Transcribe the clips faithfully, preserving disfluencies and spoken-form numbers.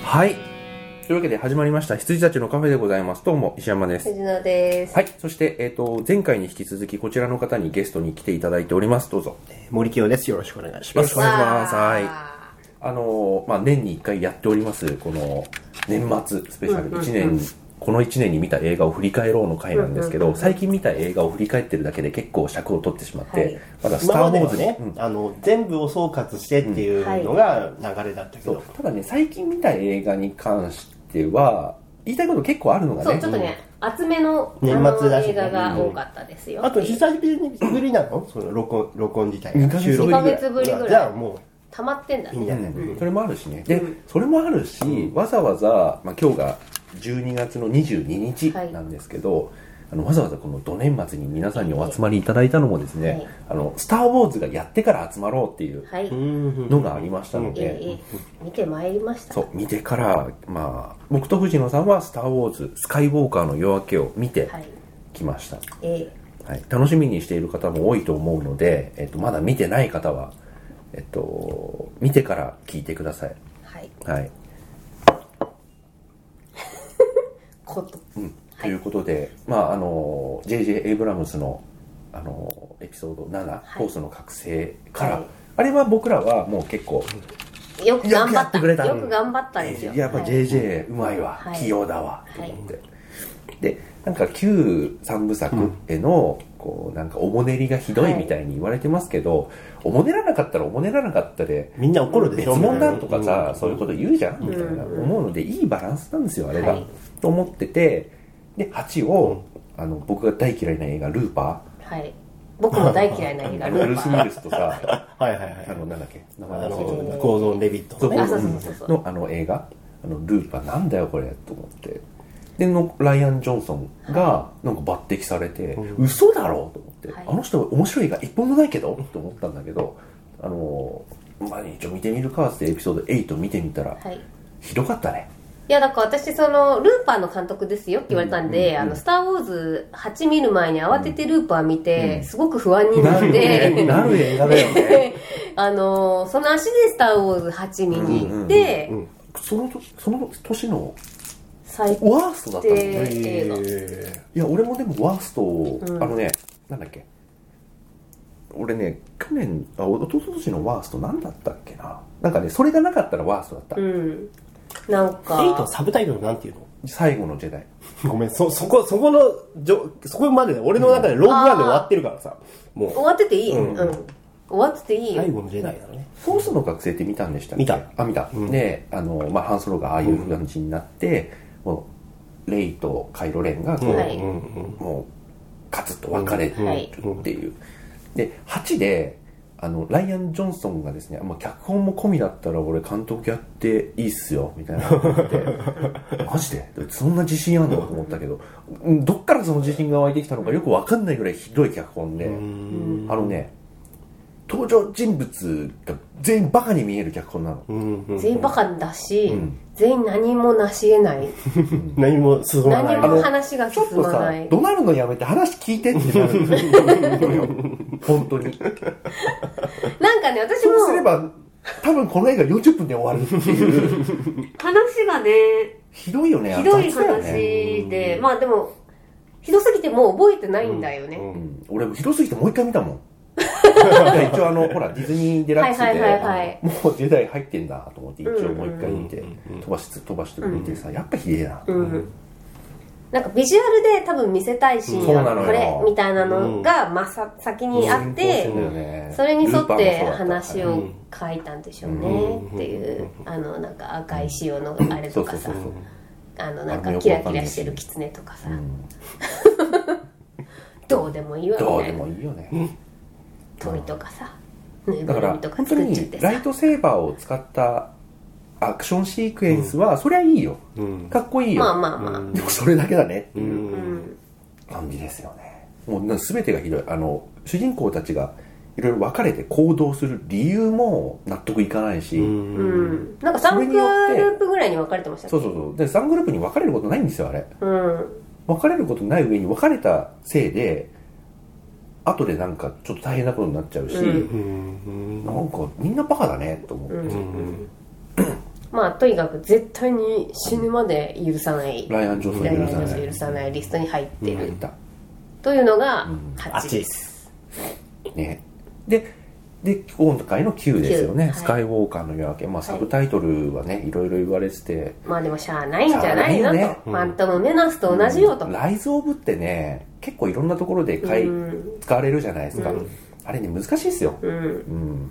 はい。というわけで始まりました羊たちのカフェでございます。どうも石山です。 藤野です。 はい。そしてえっ、ー、と前回に引き続きこちらの方にゲストに来ていただいております。どうぞ。 森清です。よろしくお願いします。 よろしくお願いします。はい。あのまあ年にいっかいやっておりますこの年末スペシャルいちねん、うんうんうん、このいちねんに見た映画を振り返ろうの回なんですけど、うんうんうん、最近見た映画を振り返ってるだけで結構尺を取ってしまって、はい、まだスター・ウォーズね、うん、あの全部を総括してっていうのが流れだったけど、 うんはい、ただね最近見た映画に関しては言いたいこと結構あるのがね、 そうちょっとね、うん、厚めの年末だし、ね、 映画が多かったですよ。 あと久しぶりなのその録音録音自体が収録にかげつぶりぐらい。 じゃあもう溜まってんだね。いいんじゃない、 うん、それもあるしね。で、うん、それもあるし、うん、わざわざ、まあ、今日がじゅうにがつのにじゅうににちなんですけど、はい、あのわざわざこの土年末に皆さんにお集まりいただいたのもですね、はい、あのスター・ウォーズがやってから集まろうっていうのがありましたので、はいええ、見てまいりました。 そう見てから、まあ、僕と藤野さんはスター・ウォーズスカイウォーカーの夜明けを見てきました、はいええはい、楽しみにしている方も多いと思うので、えっと、まだ見てない方はえっと、見てから聞いてください。はい。はい。 こと。 うん。ということで、まあ、あの、ジェイジェイ エイブラムスの、あの、エピソードなな、はい、フォースの覚醒から、はい、あれは僕らはもう結構、 よく頑張った。 よくやってくれた。 よく頑張ったんですよ。 やっぱ ジェイジェイ うまいわ、はい、器用だわ、と思って。はい、で、なんか旧三部作への、うんこうなんかおもねりがひどいみたいに言われてますけど、はい、おもねらなかったらおもねらなかったでみんな怒るでしょ別物だとかさ、うん、そういうこと言うじゃん、うん、みたいな思うのでいいバランスなんですよあれが、はい、と思っててではちを、うん、あの僕が大嫌いな映画ルーパー、はい、僕も大嫌いな映画ルーパーブルース・ウィルスとさはいはいはいあのなんだっけ名前忘れちゃったゴードン・レビット、 ね、あそうそうそうそうのあの映画あのルーパーなんだよこれと思ってでのライアン・ジョンソンがなんか抜擢されて、はい、嘘だろうと思って、はい、あの人面白い映画一本もないけどと思ったんだけどあのまあ一応見てみるかってエピソードはち見てみたら、はい、ひどかったね。 いやだから私そのルーパーの監督ですよって言われたんで、うんうんうん、あのスター・ウォーズはち見る前に慌ててルーパー見て、うん、すごく不安になって、 うん、なる映画だよねあのその足でスター・ウォーズはち見に行って、うんうんうん、 そのその年の最ワーストだったのね。いや俺もでもワーストを、うん、あのねなんだっけ俺ね去年あ一昨年のワーストなんだったっけななんかねそれがなかったらワーストだった、うん、 なんかエイトサブタイトルなんていうの最後のジェダイごめんそそこそこのそこまでで俺の中でローグワンで終わってるからさ、 もう終わってていい、うんうん、終わってていいよ最後のジェダイだね。 フォースの覚醒って見たんでしたっけ？ 見たあ見た、うん、であの、まあ、ハンソロがああいう感じになって、うん、もうレイとカイロレンがこう、はい、もうカツッと分かれるっていう、うん、ではちであのライアン・ジョンソンがですね、まあ、脚本も込みだったら俺監督やっていいっすよみたいなこと言ってマジでそんな自信あんのと思ったけどどっからその自信が湧いてきたのかよく分かんないぐらいひどい脚本で、あのね登場人物が全員バカに見える脚本なの、 うんうん、全員バカだし、うん、全員何も成し得ない何も進まない何も話が進まない。 ちょっとさ怒鳴るのやめて話聞いてってなる本当になんかね私もそうすれば多分この映画よんじゅっぷんで終わるっていう話がねひどいよねひどい話で、ね、まあでもひどすぎてもう覚えてないんだよね、うんうん、 俺もひどすぎてもう一回見たもん一応あのほらディズニーデラックスで、はいはいはいはい、もうジェダイ入ってんだと思って一応もう一回見て、うんうん、飛ばし飛ばして見てさ、うん、やっぱひでえなと、うん、 なんかビジュアルで多分見せたいシーンがこれみたいなのが真っ先にあって、うんね、それに沿って話を書いたんでしょうねっていうあのなんか赤い塩のあれとかさあのなんかキラキラしてるキツネとかさ、うん、どうでもいいわねどうでもいいよね鳥とかさ、 ぬいぐるみとか作っちゃってさ、だから本当にライトセーバーを使ったアクションシークエンスは、うん、そりゃいいよ、うん、かっこいいよ、 まあまあまあ、 でもそれだけだねっていう感じですよね。もう全てがひどい。あの主人公たちがいろいろ分かれて行動する理由も納得いかないし、うん、 なんかさんグループぐらいに分かれてましたね。 そうそうそう。でさんグループに分かれることないんですよあれ、うん、分かれることない上に分かれたせいで後でなんかちょっと大変なことになっちゃうし、うん、なんかみんなバカだねと思って、うん、 まあとにかく絶対に死ぬまで許さないライアン・ジョンソンライアン・ジョンソン許さないリストに入ってる、うん、というのがはちです、 うん、ね。でで今回のきゅうですよね、はい、スカイウォーカーの夜明け、まあ、サブタイトルはね、はい、いろいろ言われてて、 まあでもしゃあないんじゃないのと、ね、ファントム・メナスと同じよと、 うん、ライズ・オブってね結構いろんなところでかい、うん、使われるじゃないですか、うん、あれね難しいですよ、うんうん、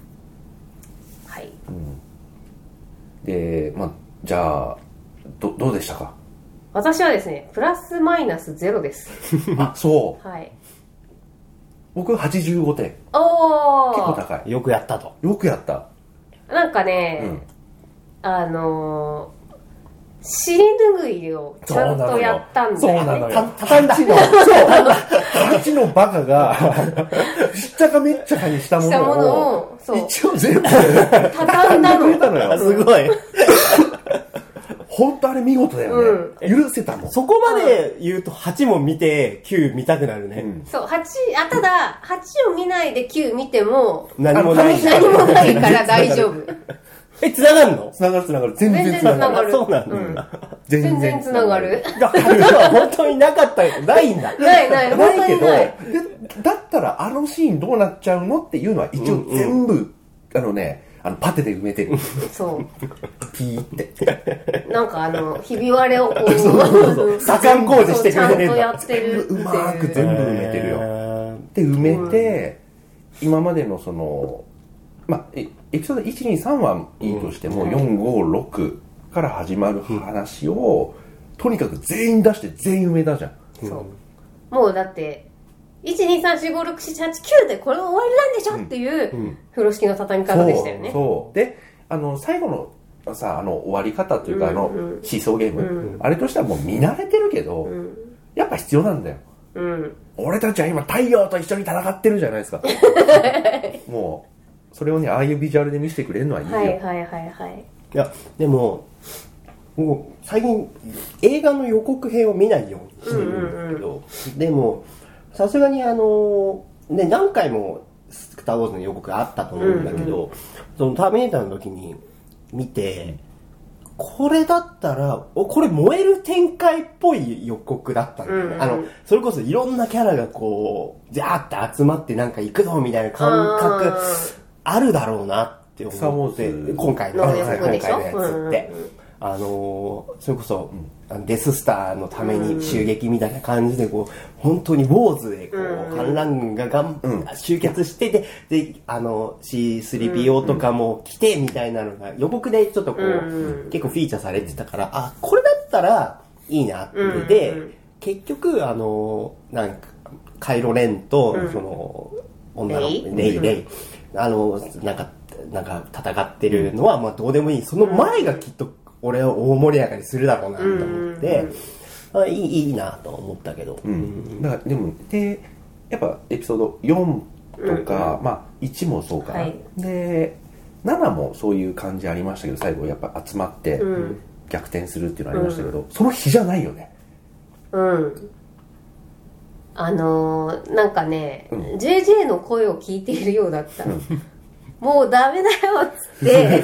はい、 うん、でまあじゃあ ど, どうでしたか？ 私はですねプラスマイナスゼロですあ、そう、 はい、 僕はちじゅうごてん。 おー結構高い。 よくやったと。 よくやった。 なんかね、うん、あのー、尻拭いをちゃんとやったんだよね。 そうなのよ。畳んだ。はちのバカが、しっちゃかめっちゃかにしたものを、ものをそう一応全部畳んだの。 すごい。 本当あれ見事だよね、うん、許せたもん。 そこまで言うとはちも見てきゅう見たくなるね、うん、 そうはちあただはちを見ないできゅう見ても何もない何もないから大丈夫え繋がるの？ 繋がる繋がる全然繋がる。 そうなんだ、うん、 全然繋がる。 本当になかったよ。ないんだ。 ないないないけどだったらあのシーンどうなっちゃうのっていうのは一応全部、うんうん、あのねあのパテで埋めてる。 そうピーってなんかあのひび割れをこう左官工事してくれてるんだ。 ちゃんとやってるっていう。 うまく全部埋めてるよ。で埋めて、うん、今までのそのまあエピソードいちにさんはいいとしても、うん、よんごろくから始まる話を、うん、とにかく全員出して全員埋めたじゃん。 そうもうだっていちにさんしごろくしちはちきゅうでこれ終わりなんでしょ、うん、っていう風呂敷の畳み方でしたよね。 そうそうであの最後のさあの終わり方というか、うんうん、あのシーソーゲーム、うん、あれとしてはもう見慣れてるけど、うん、やっぱ必要なんだよ、うん、俺たちは今太陽と一緒に戦ってるじゃないですかもうそれをねああいうビジュアルで見せてくれるのはいいよ。 はいはいはいはい。 いやでももう最近映画の予告編を見ないようにしてるんだけど、うんうんうん、でもさすがにあのね何回もスターウォーズの予告あったと思うんだけど、うんうん、そのターミネーターの時に見てこれだったらこれ燃える展開っぽい予告だったんだよね、うんうん、あのそれこそいろんなキャラがこうジャーって集まってなんか行くぞみたいな感覚あるだろうなって思って今回の今回のやつって、うんうん、あのそれこそ、うん、デススターのために襲撃みたいな感じでこう本当にウォーズでこう、うん、反乱ががん、うん、集結してでであの シースリーピーオー とかも来てみたいなのが予告でちょっとこう、うん、結構フィーチャーされてたからあこれだったらいいなって、うん、で結局あのなんかカイロレンと、うん、その女の子レイレイあのなんかなんか戦ってるのはまあどうでもいいその前がきっと俺を大盛り上がりするだろうなと思って、うん、あいいいいなと思ったけど、うん、 だからでもでやっぱエピソードよんとか、うん、まあいちもそうかな、はい、でななもそういう感じありましたけど最後やっぱ集まって逆転するっていうのありましたけど、うん、その日じゃないよね。 うんあのー、なんかね、うん、ジェージェー の声を聞いているようだった、うん、もうダメだよっつって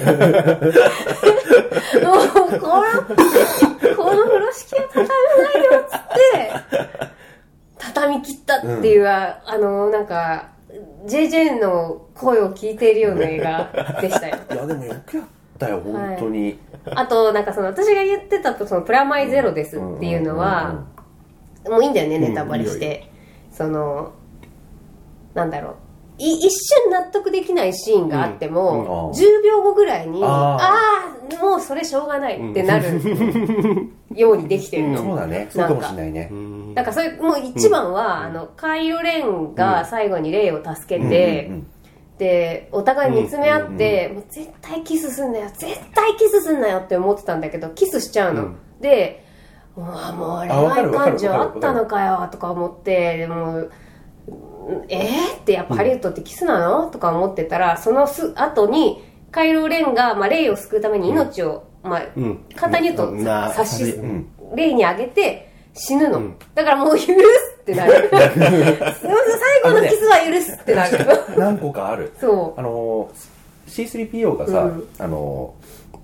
もうこのこの風呂敷は畳めないよっつって畳み切ったっていう、うん、あのー、なんか ジェージェー の声を聞いているような映画でしたよ。 いやでもよくやったよ本当に、 はい、あとなんかその私が言ってたとそのプラマイゼロですっていうのは、うんうんうんうん、もういいんだよねネタバレして、うん、そのなんだろうい一瞬納得できないシーンがあっても、うん、じゅうびょうごぐらいにああもうそれしょうがないってなるようにできてるの、 うん、そうだねそうかもしれないね。 だからそれもう一番は、うん、あのカイロレンが最後にレイを助けて、うんうんうん、でお互い見つめ合って、うんうんうん、もう絶対キスすんなよ絶対キスすんなよって思ってたんだけどキスしちゃうの、うん、でうわもう恋愛感情あったのかよとか思ってでもえー、ってやっぱハリウッドってキスなの、うん、とか思ってたらそのす後にカイロレンが、まあ、レイを救うために命を、うんまあうん、簡単に言うと、うん、差し、うん、レイにあげて死ぬの、うん、だからもう許すってなる最後のキスは許すってなる、ね、 何個かあるそうあの シースリーピーオー がさ、うん、あの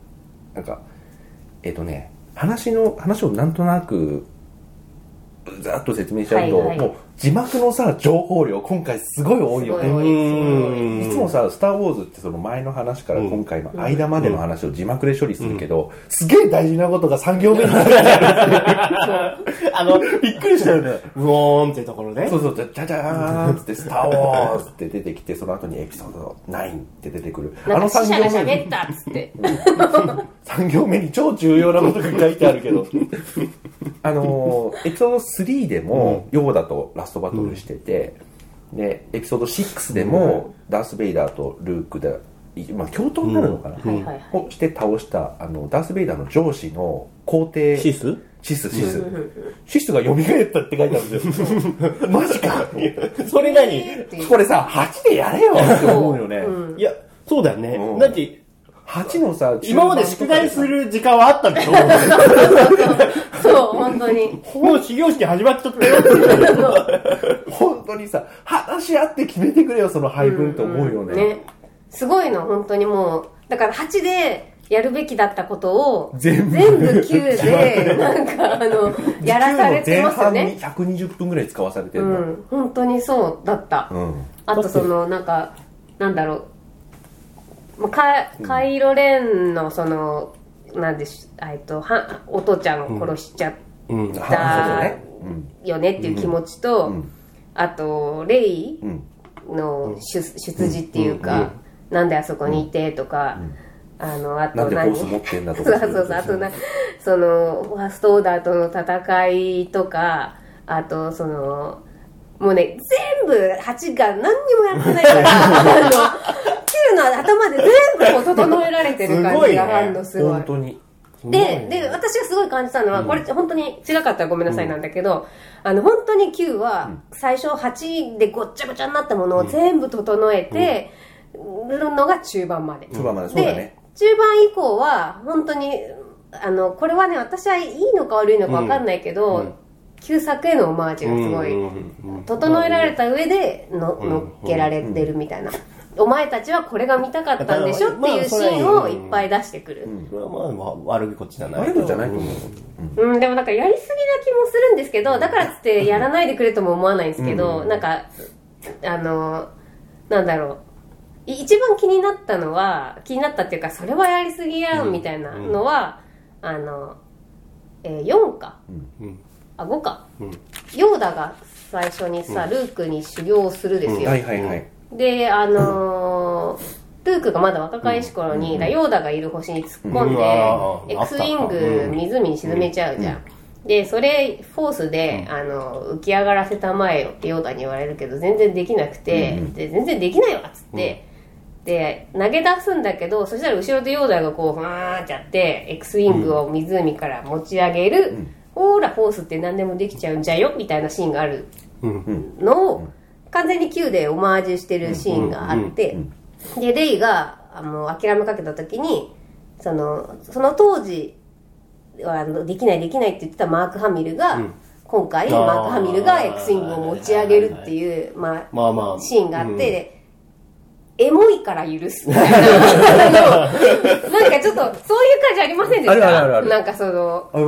なんかえっ、ー、とね話の話をなんとなくざっと説明しちゃうと、はいはい、もう字幕のさ情報量今回すごい多いよね。いつもさスター・ウォーズってその前の話から今回の間までの話を字幕で処理するけど、うんうん、すげえ大事なことがさん行目になるあのびっくりしたよね。ウォーンってところで、 そうそう、じゃじゃじゃーんってスター・ウォーズって出てきて、その後にエピソードナインって出てくる。 あのさん行目に喋ったっつってさん行目に超重要なことが書いてあるけどあのー、エピソードスリーでもヨーダとラストバトルしてて、うん、でエピソードシックスでもダース・ベイダーとルークで、まあ、共闘になるのかな、うん、をして倒したあのダース・ベイダーの上司の皇帝シスシスシス、うん、シスが蘇ったって書いてあるんですよマジかそれ何これさはちでやれよって思うよね、 うん、いやそうだよね、うん、だってはちのさ今まで宿題する時間はあったんでしょそう本当にもう始業式始まっちゃったよ本当にさ話し合って決めてくれよその配分と思うよね、うんうん、ねすごいの本当にもうだからはちでやるべきだったことを全部全部きゅうでなんかあのやらされてますよね。 前半にひゃくにじゅっぷんぐらい使わされてるの、 うん、本当にそうだった、うん、あとそのなんかなんだろうカカイロレンのそのなんでしえっとはお父ちゃんを殺しちゃったよねっていう気持ちと、うんうん、あとレイの 出, 出自っていうか、うんうん、なんであそこにいてとか、うんあのあと何なんでコース持ってんだとかそうそうそうあとなそのファーストオーダーとの戦いとかあとそのもうね全部はちが何にもやってないからあのきゅうの頭で全部こう整えられてる感じがあるのすごい、 本当にでで私がすごい感じたのは、うん、これ本当に違かったらごめんなさいなんだけど、うん、あの本当にきゅうは最初はちでごっちゃごちゃになったものを全部整えてるのが中盤まで、 中盤までそうだね。 中盤以降は本当にあのこれはね私はいいのか悪いのか分かんないけど、うん、旧作へのオマージュがすごい整えられた上での乗っけられてるみたいな、お前たちはこれが見たかったんでしょっていうシーンをいっぱい出してくる、 うん、それはまあ悪いこっちじゃない悪いことじゃないと思う、 うんうん、でもなんかやりすぎな気もするんですけどだからっつってやらないでくれとも思わないんですけど、うん、なんかあのなんだろう一番気になったのは気になったっていうかそれはやりすぎやんみたいなのは、うん、あの、えー、よんか、うん、あごか、うん、ヨーダが最初にさ、うん、ルークに修行するですよ、うん、 はいはいはい、 であのー、ルークがまだ若かりし頃に、うん、ヨーダがいる星に突っ込んで、うん、X ウィング湖に沈めちゃうじゃん、うん、でそれフォースで、うん、あの浮き上がらせたまえよってヨーダに言われるけど全然できなくて、うん、で全然できないわっつって、うんで投げ出すんだけどそしたら後ろでヨーダがこうふわーってやって X ウィングを湖から持ち上げる、うん、ほーらフォースって何でもできちゃうんじゃよみたいなシーンがあるのを完全にきゅうでオマージュしてるシーンがあってでレイがあの諦めかけた時にその、その当時はできないできないって言ってたマーク・ハミルが、うん、今回マーク・ハミルが X ウィングを持ち上げるっていう、まあまあまあ、シーンがあって、うんエモいから許すみたいななんかちょっとそういう感じありませんでした？ あるあるあるあるなんかその、うん、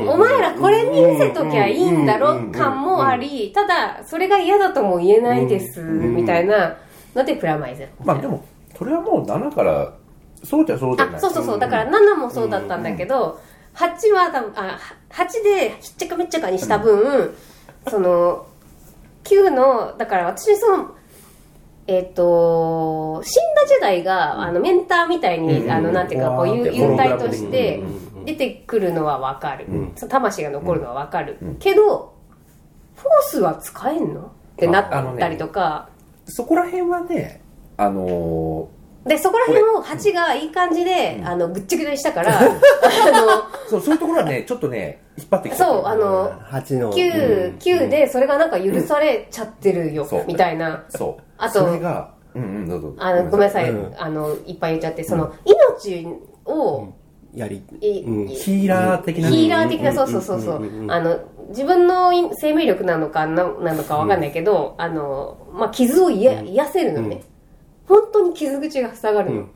お前らこれに見せときゃいいんだろ感もありただそれが嫌だとも言えないですみたいなのでプラマイゼロまあでもそれはもうななからそうじゃそうじゃないあそうそうそうだからななもそうだったんだけどはちは多分あはちでひっちゃかめっちゃかにした分、うん、そのきゅうのだから私そのえっと、死んだジェダイが、うん、あのメンターみたいに、うん、あのなんていうかこう幽体として出てくるのは分かる、うん、魂が残るのは分かる、うん、けどフォースは使えんのってなったりとか、 ね、そこら辺はねあのー、でそこら辺をはちがいい感じで、うん、あのぐっちゃぐちゃにしたからあのそうそういうところはねちょっとね引っ張ってきてそうあのはちの きゅう, きゅうでそれがなんか許されちゃってるよ、うん、みたいなそうあとそれが、うんうん、どうぞあのごめんなさい、うん、あのいっぱい言っちゃってその、うん、命を、うん、 やり、 うん、ヒーラー的なヒーラー的なそうそうそうそう、うん、あの自分の生命力なのかな、なのかわかんないけど、うん、あのまあ傷を癒、癒せるのね、うん、本当に傷口が塞がるの、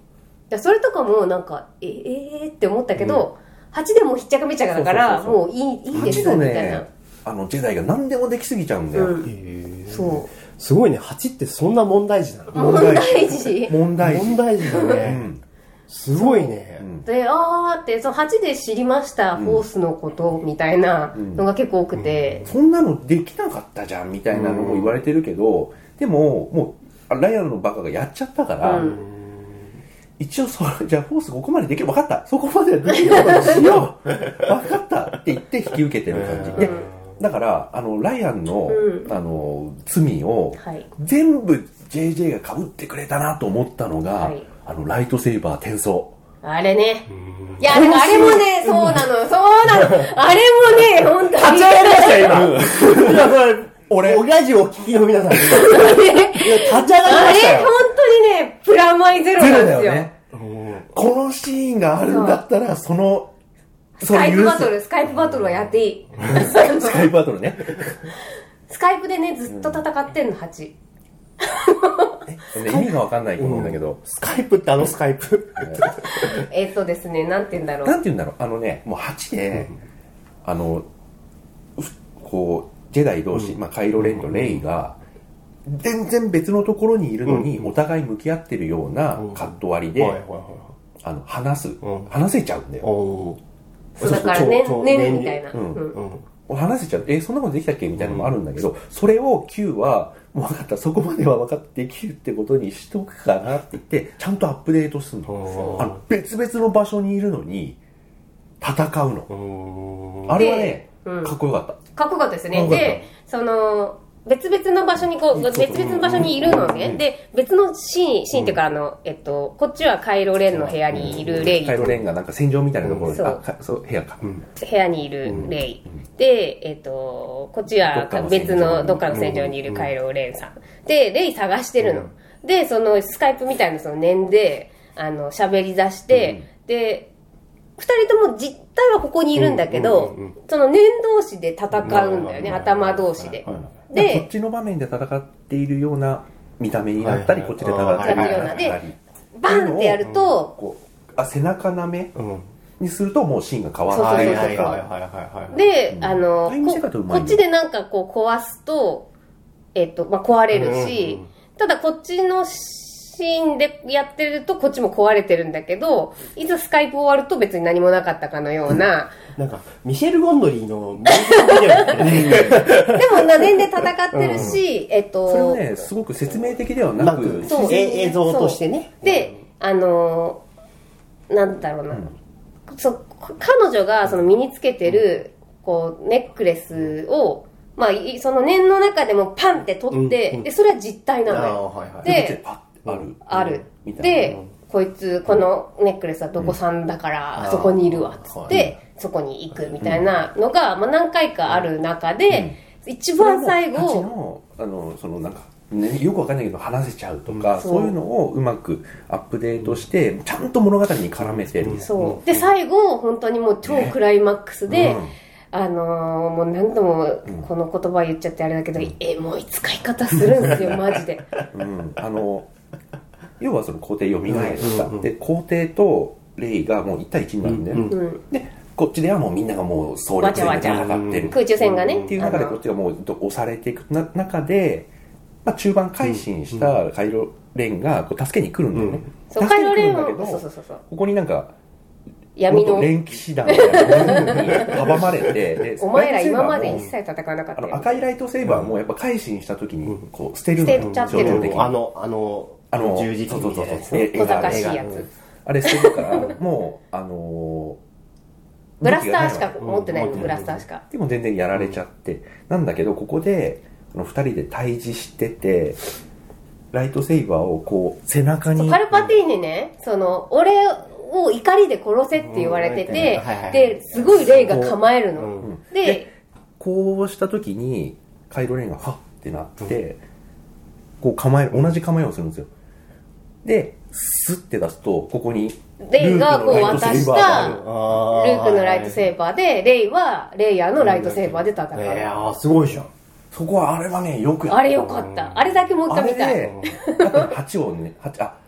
それとかもなんかええーって思ったけど、うん、はちでもひっちゃかめっちゃかだからもういいいいですみたいな。 あのジェダイが何でもできすぎちゃうんだよ、うん、 へそうすごいね。はちってそんな問題児なの？ 問題児問題児問題児だね、うん、すごいね。 であーってそのはちで知りました、うん、フォースのことみたいなのが結構多くて、 うん、そんなのできなかったじゃんみたいなのも言われてるけど、うん、でももうライアンのバカがやっちゃったから、うん、一応それじゃあフォースここまでできる分かったそこまでできることしよう分かったって言って引き受けてる感じで、だからあのライアンの、うん、あの罪を、はい、全部 ジェイジェイ が被ってくれたなと思ったのが、はい、あのライトセーバー転送あれね。いや、でもあれもね、そうなの、そうなの。あれもね、本当に。立ち上がりましたよ、今。 今、これ、俺、おラジオを聞きの皆さん、立ち上がりましたよ。 あれ、本当にね、プラマイゼロなんですよ。ゼロだよね。 このシーンがあるんだったら、その、 スカイプバトル、スカイプバトルはやっていい。 スカイプバトルね。 スカイプでね、ずっと戦ってんの、はち。 意味がわかんないと思うんだけど、うん、 スカイプってあのスカイプえっとですね、なんて言うんだろうなんて言うんだろうあのね、もうはちで、うん、あのこうジェダイ同士、うんまあ、カイロレンとレイが全然別のところにいるのに、うん、お互い向き合ってるようなカット割りで、うんあの話す、うん、話せちゃうんだよ。 そうだからねねみたいな、うんうん、話せちゃうえそんなことできたっけみたいなのもあるんだけど、それを Q はもう分かったそこまでは分かってできるってことにしとくかなって言ってちゃんとアップデートするの。あの別々の場所にいるのに戦うの。あれはね、うん、かっこよかった。 かっこよかったですね。でその別々の場所にこう別々の場所にいるのね。で別のシーンシーンっていうかあのえっとこっちはカイロレンの部屋にいるレイ。 カイロレンがなんか戦場みたいなところに、うん、あそう部屋か、うん、 部屋にいるレイ、うん、でえっとこっちは別のどっかの戦場にいるカイロレンさん、うん、でレイ探してるの、うん、でそのスカイプみたいなその念であの喋り出して、うん、で二人とも実態はここにいるんだけど、うんうんうん、その念同士で戦うんだよね、うん、頭同士で、はいはい、 でこっちの場面で戦っているような見た目になったり、はいはい、こっちで戦っているようなでバンってやるとこうあ背中なめにするともうシーンが変わらないとかで、うん、あの こ, こっちでなんかこう壊すと、えっとまあ、壊れるし、うんうん、ただこっちのシーンでやってるとこっちも壊れてるんだけどいざスカイプ終わると別に何もなかったかのようななんかミシェル・ゴンドリーのミュージックビデオでもなでんで戦ってるし、うん、えっとそれはねすごく説明的ではなくそう映像としてねであのなんだろうな、うん、そ彼女がその身につけてるこうネックレスをまあその念の中でもパンって取って、うん、でそれは実体なのよ、はいはい、であるある、うん、で、うん、こいつこのネックレスはどこさんだから、うん、あそこにいるわっつって、はい、そこに行くみたいなのが、まあ、何回かある中で、うん、一番最後のあのそのなんか、ね、よくわかんないけど話せちゃうとか、うん、そういうのをうまくアップデートしてちゃんと物語に絡めてる、 そうで最後本当にもう超クライマックスで、ねうんあのー、もう何度もこの言葉言っちゃってあれだけど、うん、エモい使い方するんですよマジで、 うん、あの要はその皇帝蘇った、うんうん、で皇帝とレイがもういち対いちになるんだよ、うんうん、でこっちではもうみんながもう総力戦で戦ってる空中戦がねっていう中でこっちがもう押されていく中で、まあ、中盤改心したカイロレンがこう助けに来るんだよね、 うん、そうカイロレンはそうそうそうそうここになんか闇の連騎士団みたいなものに阻まれてお前ら今まで一切戦わなかったよ、 あの赤いライトセーバーもやっぱ改心した時にこう捨てるの、うん、捨てちゃってるあのあのあの十字架みたいなやつね小賢しいやつあれ捨てるからもうあのー、ブラスターしか持ってないの、うん、ブラスターしかでも全然やられちゃって、うん、なんだけどここでふたりで対峙しててライトセーバーをこう背中にパルパティーニねその俺を怒りで殺せって言われてて、うんはいはい、ですごいレイが構えるの、うん、で, でこうした時にカイロレンがハッってなって、うん、こう構える同じ構えをするんですよでスッて出すとここにレイがこう渡したルークのライトセーバーでレイはレイヤーのライトセーバーで戦う、 いやーすごいじゃんそこはあれはねよくやったあれよかったあれだけもう一回見たいあれではちをねはちあ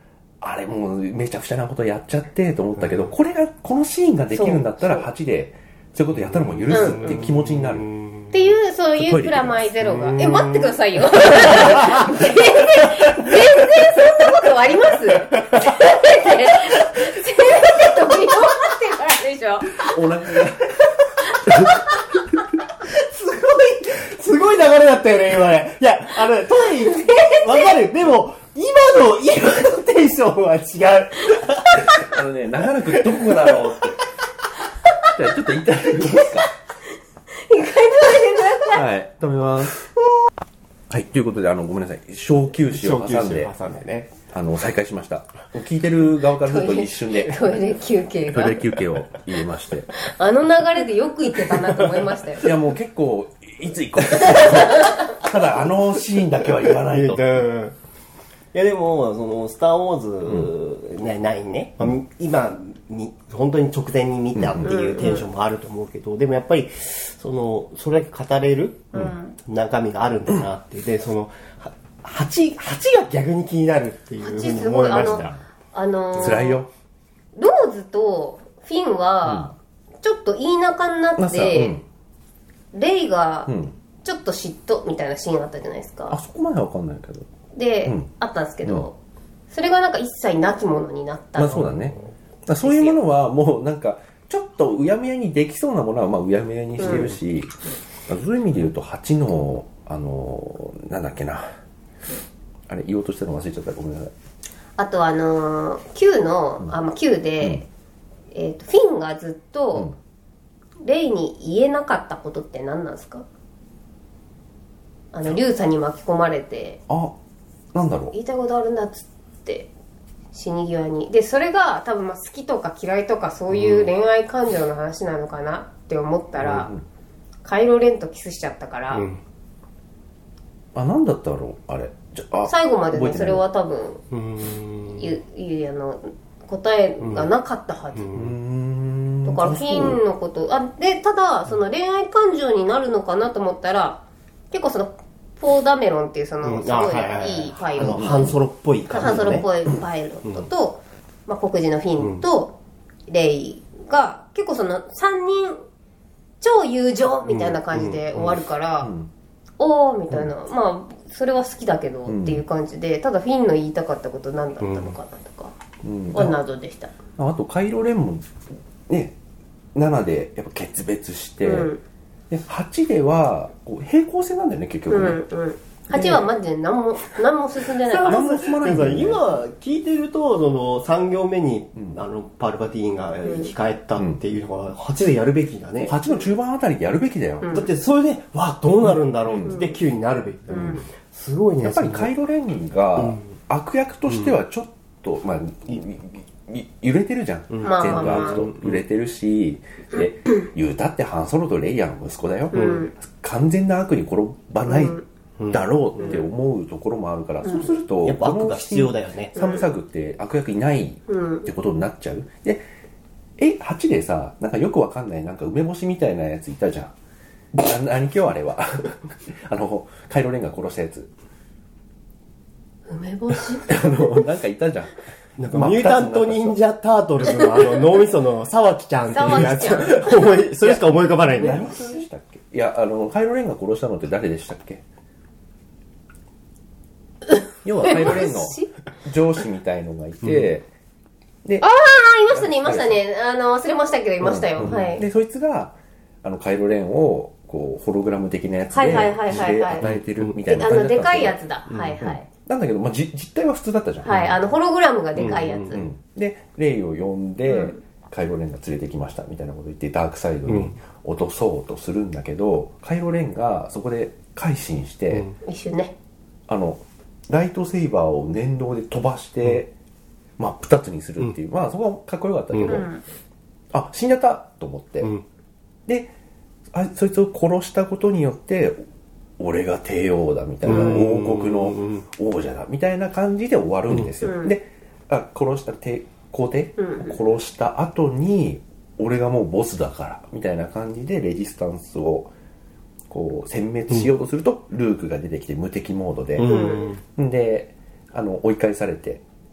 あれもうめちゃくちゃなことやっちゃってと思ったけど、うん、これがこのシーンができるんだったらはちでそういうことやったのも許すって気持ちになる、うんうん、 っていうそういうプラマイゼロがえ待ってくださいよ全然全然そんなことありますせめてせめて飛び終わってからでしょお腹がすごいすごい流れだったよね今ね。いやあのトイわかる。でも今の今のテンションは違うあのね長らくどこだろうってじゃあちょっといただきますか。 一回止めてください。 はい、止めます。はい、ということで、あの、ごめんなさい。小休止を挟んで、 挟んでね、 あの、再開しました。聞いてる側からすると一瞬で、 トイレ休憩が。 トイレ休憩を入れまして。 あの流れでよく行けたなと思いましたよ。 いや、もう結構、いつ行こうただ、あのシーンだけは言わないと。 いやでもそのスター・ウォーズ、うん、ね、ナインね、まあ、今に本当に直前に見たっていうテンションもあると思うけど、うん、でもやっぱりそのそれだけ語れる中身があるんだなって、うん、でそのはち、はちが逆に気になるっていうふうに思いました。 あのー、 辛いよ。 ローズとフィンはちょっといい仲になって、うん、レイがちょっと嫉妬みたいなシーンあったじゃないですか。 あそこまでは分かんないけどで、うん、あったんですけど、うん、それがなんか一切なきものになったの。 まあそうだね。だそういうものはもうなんかちょっとうやむやにできそうなものはまあうやむやにしてるし、うん、そういう意味で言うとはちのあのなんだっけなあれ言おうとしたの忘れちゃった、ごめんなさい。 あとあのきゅうの、うん、あまあきゅうで、うん、えっとフィンがずっと、うん、レイに言えなかったことって何なんですか？あのリュウさんに巻き込まれて、 あ、なんだろう、 言いたいことあるんだっつって死に際に、でそれが多分まあ好きとか嫌いとかそういう恋愛感情の話なのかなって思ったら、うん、カイロレンとキスしちゃったから、うん、 あ、なんだったろうあれ、じゃあ最後までねそれは多分ゆゆあの答えがなかったはず、うん、だからフィンのことあで、ただその恋愛感情になるのかなと思ったら結構そのポーダメロンっていうそのすごいいいパイロット、 ハンソロっぽい感じ、ね、 ハンソロっぽいパイロットと、うん、まあ、黒人のフィンとレイが結構そのさんにん超友情みたいな感じで終わるから、うんうん、おーみたいな、まあそれは好きだけどっていう感じで、ただフィンの言いたかったこと何だったのかなとかは謎でした。 あ, あとカイロレンもねななでやっぱ決別して、うん、ではちではこう平行線なんだよね結局ね、うんうん、 はちはマジで何も何も進んでないから何も進まないんだよね。今聞いてるとそのさん行目に、うん、あのパルパティーンが生き返ったっていうのははちでやるべきだね。 はちの中盤あたりでやるべきだよ、うん、 だってそれでわどうなるんだろうってきゅうになるべきだ、うん、すごいね。 やっぱりカイロレンが悪役としてはちょっと、うん、まあ揺れてるじゃん、うん、全部悪と揺れてるし、うん、で言うたってハンソロとレイヤーの息子だよ、うん、完全な悪に転ばないだろうって思うところもあるから、うん、そうするとやっぱ悪が必要だよね。 三部作って悪役いないってことになっちゃう。でえはちでさなんかよくわかんないなんか梅干しみたいなやついたじゃんな何今日あれはあのカイロレンが殺したやつ梅干しあのなんかいたじゃんなんかミュータント忍者タートルズのあの脳みその沢木ちゃんっていうやつ思いそれしか思い浮かばないね。 何でしたっけ。いやあのカイロレンが殺したのって誰でしたっけ要はカイロレンの上司みたいのがいて、 うん、でああいましたねいましたねあの忘れましたけどいましたよ、うんうん、はい。 でそいつがあのカイロレンをこうホログラム的なやつで与えてるみたいな感じだったんですよ。 あのでかいやつだ、うん、はいはい。 なんだけど、まあ、じ実態は普通だったじゃん。 はい、あのホログラムがでかいやつ、うんうんうん、 でレイを呼んで、うん、カイロレンが連れてきましたみたいなこと言ってダークサイドに落とそうとするんだけど、うん、カイロレンがそこで改心して、 うん、一瞬ねあのライトセイバーを念動で飛ばして、うん、まあ二つにするっていう、うん、まあそこはかっこよかったけど、うん、あ死んじゃったと思って、うん、であそいつを殺したことによって俺が帝王だみたいな王国の王者だみたいな感じで終わるんですよ、うん、であ殺した帝皇帝を殺した後に俺がもうボスだからみたいな感じでレジスタンスをこう殲滅しようとすると、うん、ルークが出てきて無敵モードで、うん、であの追い返されて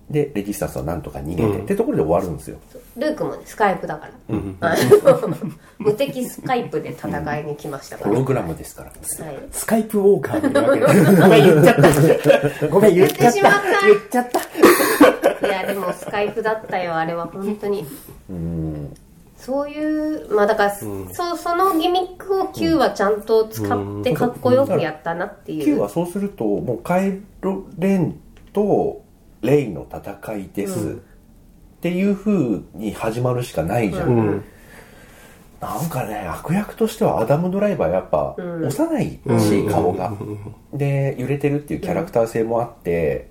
でレジスタンスはなんとか逃げて、うん、ってところで終わるんですよ。 ルークもねスカイプだから、うん、無敵スカイプで戦いに来ましたから、 ホログラムですから、 はい、スカイプウォーカーってわけですごめん言っちゃったごめん言っちゃった言っちゃったいやでもスカイプだったよあれは本当に。うんそういうまあだから、うん、そ, そのギミックを Q はちゃんと使ってかっこよくやったなっていう、 うん、Q はそうするともうカイロレンとレイの戦いです、うん、っていう風に始まるしかないじゃん、うん、なんかね悪役としてはアダム・ドライバーやっぱ、うん、幼いし、うん、顔が、うん、で揺れてるっていうキャラクター性もあって、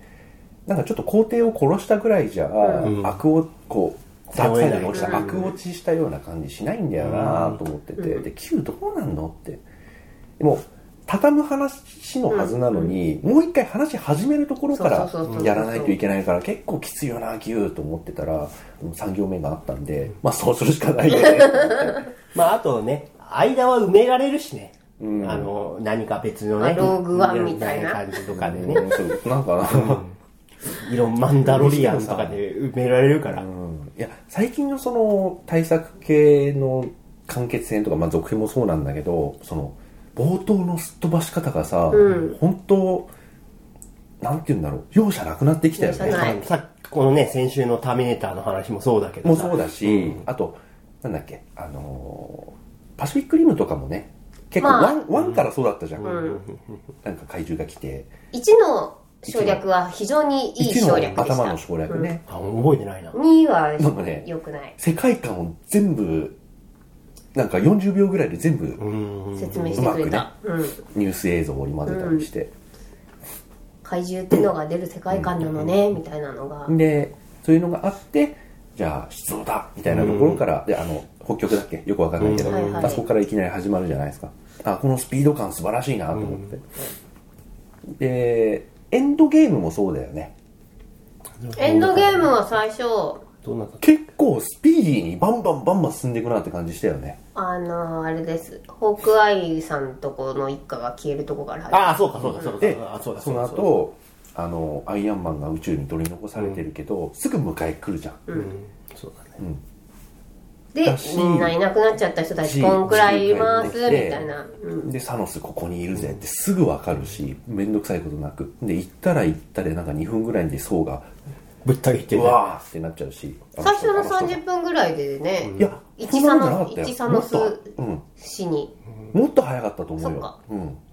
うん、なんかちょっと皇帝を殺したぐらいじゃ、うん、悪をこうダークサイドに落ちた悪落ちしたような感じしないんだよなと思ってて、うん、で Q どうなんのってでも畳む話のはずなのに、うん、もう一回話始めるところからやらないといけないから結構きついよな Q と思ってたらさん行目があったんでまあそうするしかないよねまああとね間は埋められるしね、うん、あの何か別のねローグワンみたいな感じとかでね、 うん、そうなんかな、うんいろんマンダロリアンとかで埋められるから、うん、 いや最近のその対策系の完結編とか、まあ、続編もそうなんだけどその冒頭のすっ飛ばし方がさ、うん、本当なんて言うんだろう容赦なくなってきたよね。 さこのね先週のターミネーターの話もそうだけどもうそうだし、うん、あとなんだっけあのー、パシフィックリムとかもね結構ワン、まあ、ワンからそうだったじゃん、うん、なんか怪獣が来ていちの省略は非常にいい省略でした。 頭の省略ね、 うん、あ覚えてないな。 には良くない、 ね、世界観を全部なんかよんじゅうびょうぐらいで全部説明してくれた、 うまくね、うん、ニュース映像を織り交ぜたりして、うん、 怪獣っていうのが出る世界観なのね、うん、みたいなのがでそういうのがあってじゃあ出動だみたいなところから、うん、であの北極だっけよくわかんないけど、うんはいはい、あそこからいきなり始まるじゃないですか。あこのスピード感素晴らしいなと思って、うん、でエンドゲームもそうだよね。 エンドゲームは最初どんな結構スピーディーにバンバンバンバン進んでいくなって感じしたよね。 あのー、あれですホークアイさんとこの一家が消えるとこから入る。 ああそうかそうかそうか、うん、 でその後あのアイアンマンが宇宙に取り残されてるけど、うん、すぐ迎え来るじゃん、うん、そうだね、うん、 でみんないなくなっちゃった人たちこんくらいいますみたいな、 うん、でサノスここにいるぜってすぐ分かるしめんどくさいことなくで行ったら行ったでなんかにふんぐらいで層がぶった切ってうわーってなっちゃうし最初のさんじゅっぷんぐらいでね、うん、いやいちサノス市にもっと早かったと思うよ。そっか、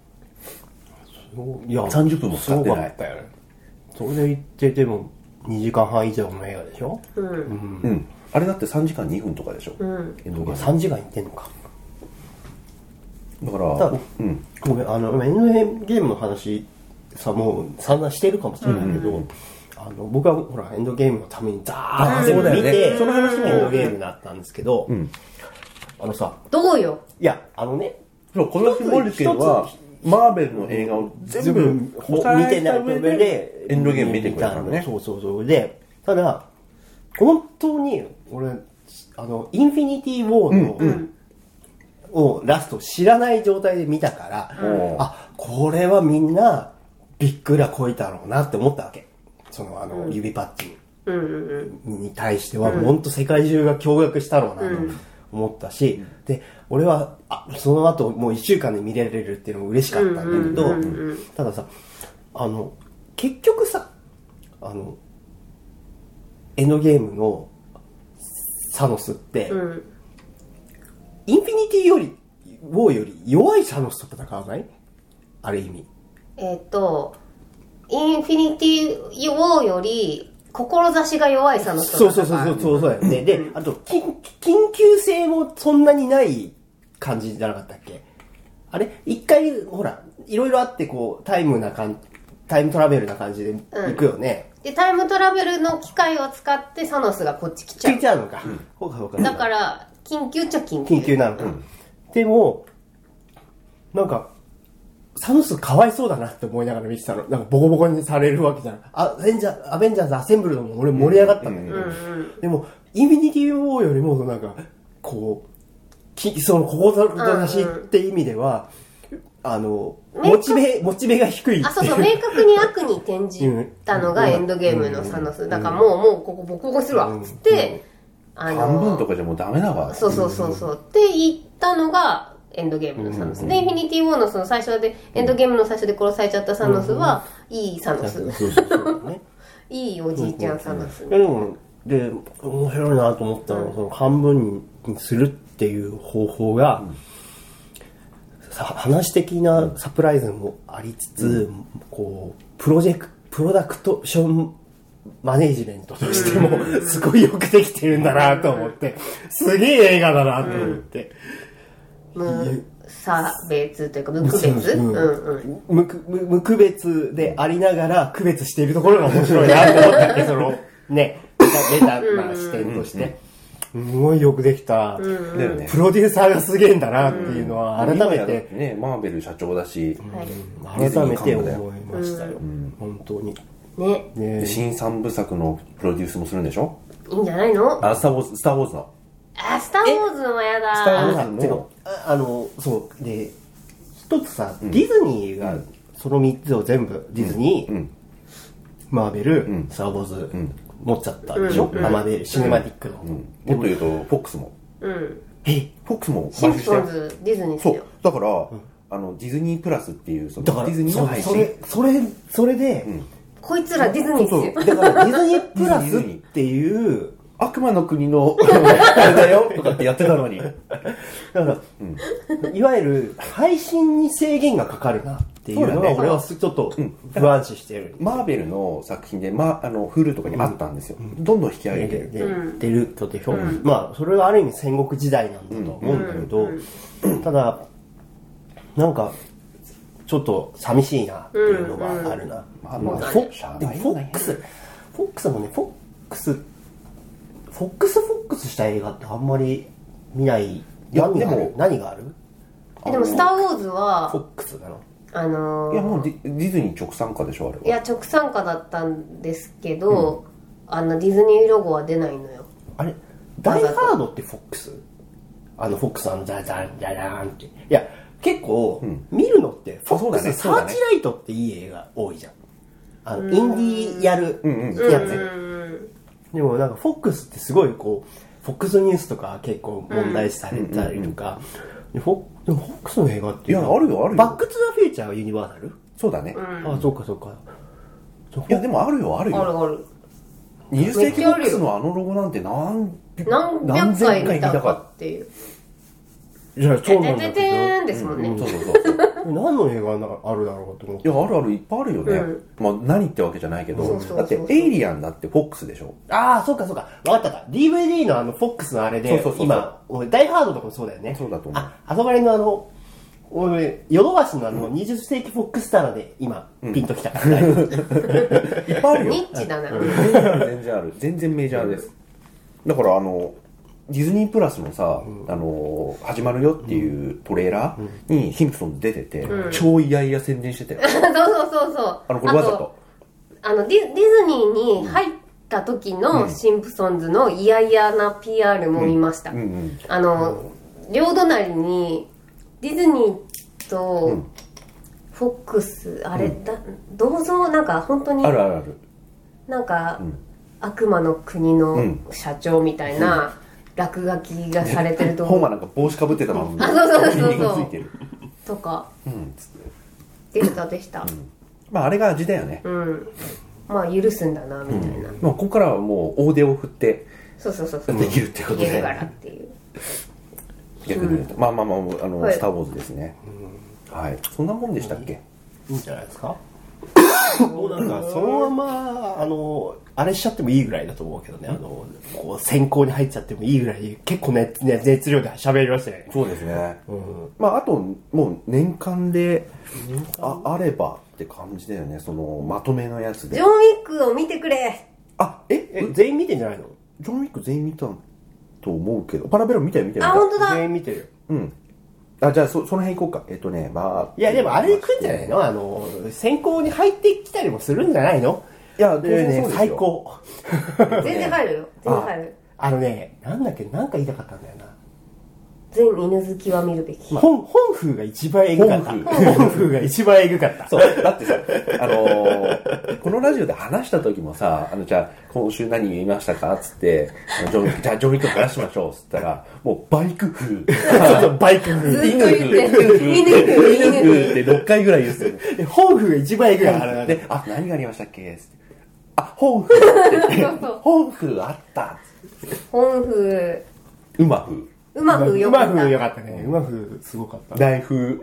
うん、いやさんじゅっぷんも使ってない。 それで言ってでもにじかんはん以上の映画でしょ、うん、うんうん、あれだってさんじかんにふんとかでしょ、うん、 さんじかんいってんのか。 だからだ、 うん、ごめんあのエンドゲームの話さもう散々してるかもしれないけど、うん、あの僕はほらエンドゲームのためにザーッと全部見て、ね、その話もエンドゲームだったんですけど、うん、あのさどうよいやあのねそうこのモリケンはマーベルの映画を全部見てない上でエンドゲーム見てくれたのね。 そうそうそうでただ本当に俺あのインフィニティ・ウォーの、うんうんをラスト知らない状態で見たから、うん、あこれはみんなびっくらこいたろうなって思ったわけ。そのあの、うん、指パッチンに対しては、うん、本当世界中が驚愕したろうなと思ったし、うん、で俺はあその後もういっしゅうかんで見れるっていうのも嬉しかったんだけど、たださあの結局さあのエンドゲームのサノスって、うんインフィニティよりウォーより弱いサノスと戦わない？ある意味。 えっとインフィニティウォーより志が弱いサノスと戦う。 そうそうそうそうそうやね。で、あと緊緊急性もそんなにない感じじゃなかったっけ？あれ一回ほらいろいろあってこうタイムな感タイムトラベルな感じで行くよね。 うん、でタイムトラベルの機械を使ってサノスがこっち来ちゃう。 来ちゃうのか。うん、ほうかほうか。 だから。緊急っちゃ緊急。 緊急なのか、うん。でも、なんか、サノスかわいそうだなって思いながら見てたの。なんかボコボコにされるわけじゃん。アベンジャー、アベンジャーズアセンブルのも俺盛り上がったんだけど、うんうん、でも、インフィニティ・ウォーよりもなんか、こう、きその、ここだしって意味では、 あのモチベモチベが低い。 あ、そうそう、明確に悪に転じたのがエンドゲームのサノスだから、もうもうここボコボコするわっつって、 あの半分とかじゃもうダメだわ。 そうそうそうそうって言ったのがエンドゲームのサノス、うん、でインフィニティウォーのその最初でエンドゲームの最初で殺されちゃったサノスは、うん、いいサノス、いいおじいちゃんサノス、 でもで面白いなと思ったのは、うん、その半分にするっていう方法が、うん、話的なサプライズもありつつ、うん、こうプロジェクプロダクトションマネージメントとしてもすごいよくできてるんだなと思って、すげえ映画だなと思って、 うん、無差別というか無区別、うんうん無、無区別でありながら区別しているところが面白いなと思ったっけそのねベタな視点として、すごいよくできた、うん、プロデューサーがすげえんだなっていうのは改めて、 ね、マーベル社長だし、 うん、改めて思いましたよ、うん、本当にね、 ね、新三部作のプロデュースもするんでしょ。 いいんじゃないの。 あ、スターウォーズ、スターウォーズのあ、スターウォーズのはやだ。 スターウォーズのあのそうで一つさ、うん、ディズニーがそのみっつを全部ディズニー、うん、マーベル、うん、スターウォーズ、うん、持っちゃったでしょ、うん、マーベルシネマティックの、うんうん、 もっと言うとフォックスも、 うん、 えフォックスもシンプソンズディズニーですよ。 そうだから、うん、あのディズニープラスっていうそのディズニーの配信、 それそれそれで、うん、 こいつらディズニーですよ。だからディズニープラスっていう悪魔の国のあれだよとかってやってたのに。だから、うん、いわゆる配信に制限がかかるなっていうのは俺はちょっと不安視してる。 マーベルの作品で、ま、あの Hulu とかにあったんですよ。うん、どんどん引き上げてる。 でで出るとでしょ、うん。まあそれはある意味戦国時代なんだと思うんだけど、うん、ただなんかちょっと寂しいなっていうのがあるな。 まあまあフォックス、フォックスもね、フォックス、フォックスフォックスした映画ってあんまり見ない。いやでも何がある？ えでもスターウォーズはフォックスなの？ あのー、 いやもうディ、ディズニー直参加でしょあれは。 いや直参加だったんですけど、うん、あのディズニーロゴは出ないのよ。 あれダイハードってフォックス？あのフォックスのザザンザザンって。いや結構、うん、見るのってフォックス、サーチライトっていい映画多いじゃん。あのインディーやるやつ。でもなんかフォックスってすごいこうフォックスニュースとか結構問題視されたりとか、でフォでもフォックスの映画っていやあるよあるよ。 バックトゥザフューチャーはユニバーサル？ そうだね。 うん、あそうかそうか。 いやでもあるよあるよ。 あるある。 にじゅっ世紀フォックスのあのロゴなんて何何百回見たかっていう。 じゃあそうなんだけど。 てててんですもんね。 そうそうそう。 何の映画があるだろうと思って。 いやあるあるいっぱいあるよね。うん、まあ何ってわけじゃないけど、だってエイリアンだってフォックスでしょ。 ああそうかそうか。分かったか。ディーブイディー のあのフォックスのあれで、そうそうそう今ダイハードとかもそうだよね。 そうだと思う。 あ、あそこら辺のあの。俺ヨドバシのあのにじゅっ世紀フォックスターで今、うん、ピンときたから、いっぱいあるよ。 ニッチだな。 全然ある全然メジャーです。だからあのディズニープラスのさ、うん、あの始まるよっていうトレーラーにシンプソンズ出てて、うん、超嫌々宣伝してたよ。 そうそうそうそう。 あのこれわざとあのディ、ディズニーに入った時のシンプソンズの嫌々な ピーアール も見ました。うんうんうん、あの、うん、両隣にディズニーとフォックス、うん、あれだ銅像なんか本当にあるあるあるなんか、うん、悪魔の国の社長みたいな落書きがされてると、 うん、本はなんか帽子かぶってたのにあそうそうそうそうとか、うん、でしたでした、うん、 まああれが味だよね、 うん、まあ許すんだなみたいな、うん、 まあ、ここからはもう大手を振ってそうそうそうそうできるってことでいけるからっていう逆に言うと、うん、まあまあまああの、はい、スター・ウォーズですね、うん、はいそんなもんでしたっけ、 うん、いいんじゃないですかもうなんかそのままあのあれしちゃってもいいぐらいだと思うけどね、あのこう選考に入っちゃってもいいぐらい結構ね熱量で喋りましたね。 そうですね、うん、まああともう年間でああればって感じだよね、そのまとめのやつで。 ジョン・ウィックを見てくれ。 あええ全員見てんじゃないの？ ジョン・ウィック全員見たと思うけど、パラベロ見たよ見たよ。 あ本当だ。 全員見てるよ。 うん。あじゃあ そ, その辺行こうか。えっとねまあいやでもあれで来るんじゃないの、あの選考に入ってきたりもするんじゃないの？いやでね最高。 全然入るよ。全然入る。 あ, あのねなんだっけなんか言いたかったんだよな。 全犬好きは見るべき。 まあ、本本風が一番エグかった。本風が一番エグかった。 そうだってさ、あのー、このラジオで話した時もさ、あのじゃあ今週何見ましたかっつってジョンじゃあジョンウィック話しましょうっつったらもうバイク風バイク風犬風犬風犬風ってろっかいぐらい言ってる。 本風が一番エグいからで、あ何がありましたっけっつって、あ本風って本風あった本風馬風馬風よかった。 馬風よかったね。馬風すごかった。 ライフ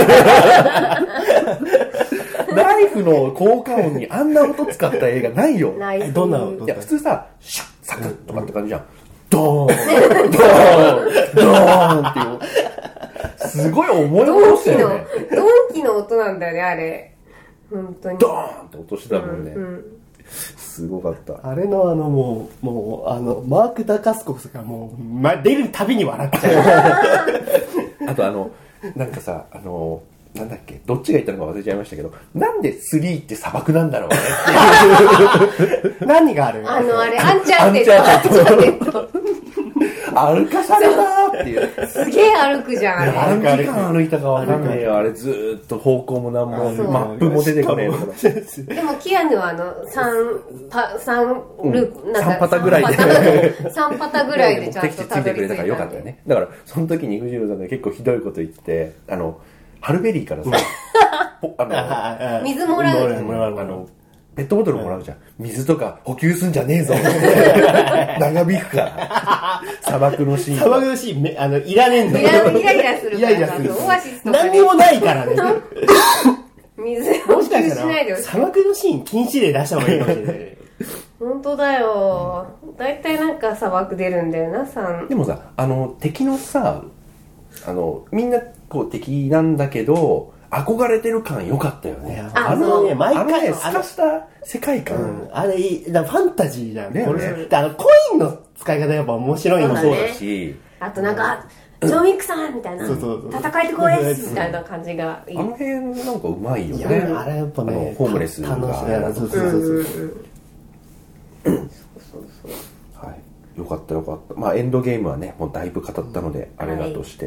ライフの効果音にあんな音使った映画ないよ。 ライフどんな音？ いや普通さシュッサクッとかって感じじゃん。ドーンドーンドーンっていうすごい重い音してるよね。 ドンキの音なんだよねあれ。本当に。 ドーンって音してたもんね。 うんうんすごかった。 あれのあのもう、もう、あの、マーク・ダカスコスがもう、ま、出るたびに笑っちゃう。あとあの、なんかさ、あの、なんだっけ、どっちが言ったのか忘れちゃいましたけど、なんでスリーって砂漠なんだろうねっていう。 何があるあの、あれ、アンチャーテッド。アンチャーテッド。 歩かされたーっていう。 すげえ歩くじゃん、あれ。 何時間歩いたかわかんないよ。あれずーっと方向も何も、マップも出てこねえとか。 でも、キアヌはあの、三パ、三ループ、 なんか。三パタぐらいで。三パタぐらいでちゃんと敵地ついてくれたからよかったよね。だから、その時に藤野さんが結構ひどいこと言ってて、あの、ハルベリーからさ、 あの、水もらう。 あの、ペットボトルもらうじゃん。水とか補給すんじゃねえぞ。長引くから。砂漠のシーン。 砂漠のシーン、あの、いらねえんだよ。イライラするから。 イライラする。 オアシスとか。 何にもないからね。 水補給しないでほしい。 砂漠のシーン禁止令出した方がいいかもしれない。 本当だよ。だいたいなんか砂漠出るんだよな、さん。 でもさ、あの、敵のさ、あの、みんなこう敵なんだけど、憧れてる感良かったよね。 あのね、毎回透かした世界観。 うん、あれいい、だファンタジーじゃん。 ね、 これ、ね、あの、コインの使い方やっぱ面白いのもそうだし。 あとなんか、ジョン・ウィックさんみたいな。そうそうそう。戦いてこいみたいな感じがいい。 あの辺なんかうまいよね。 いや、あれやっぱね、 ホームレスが。 楽しい。そうそうそうそう。そうそう。はい。よかったよかった。まあエンドゲームはね、もうだいぶ語ったので、あれだとして。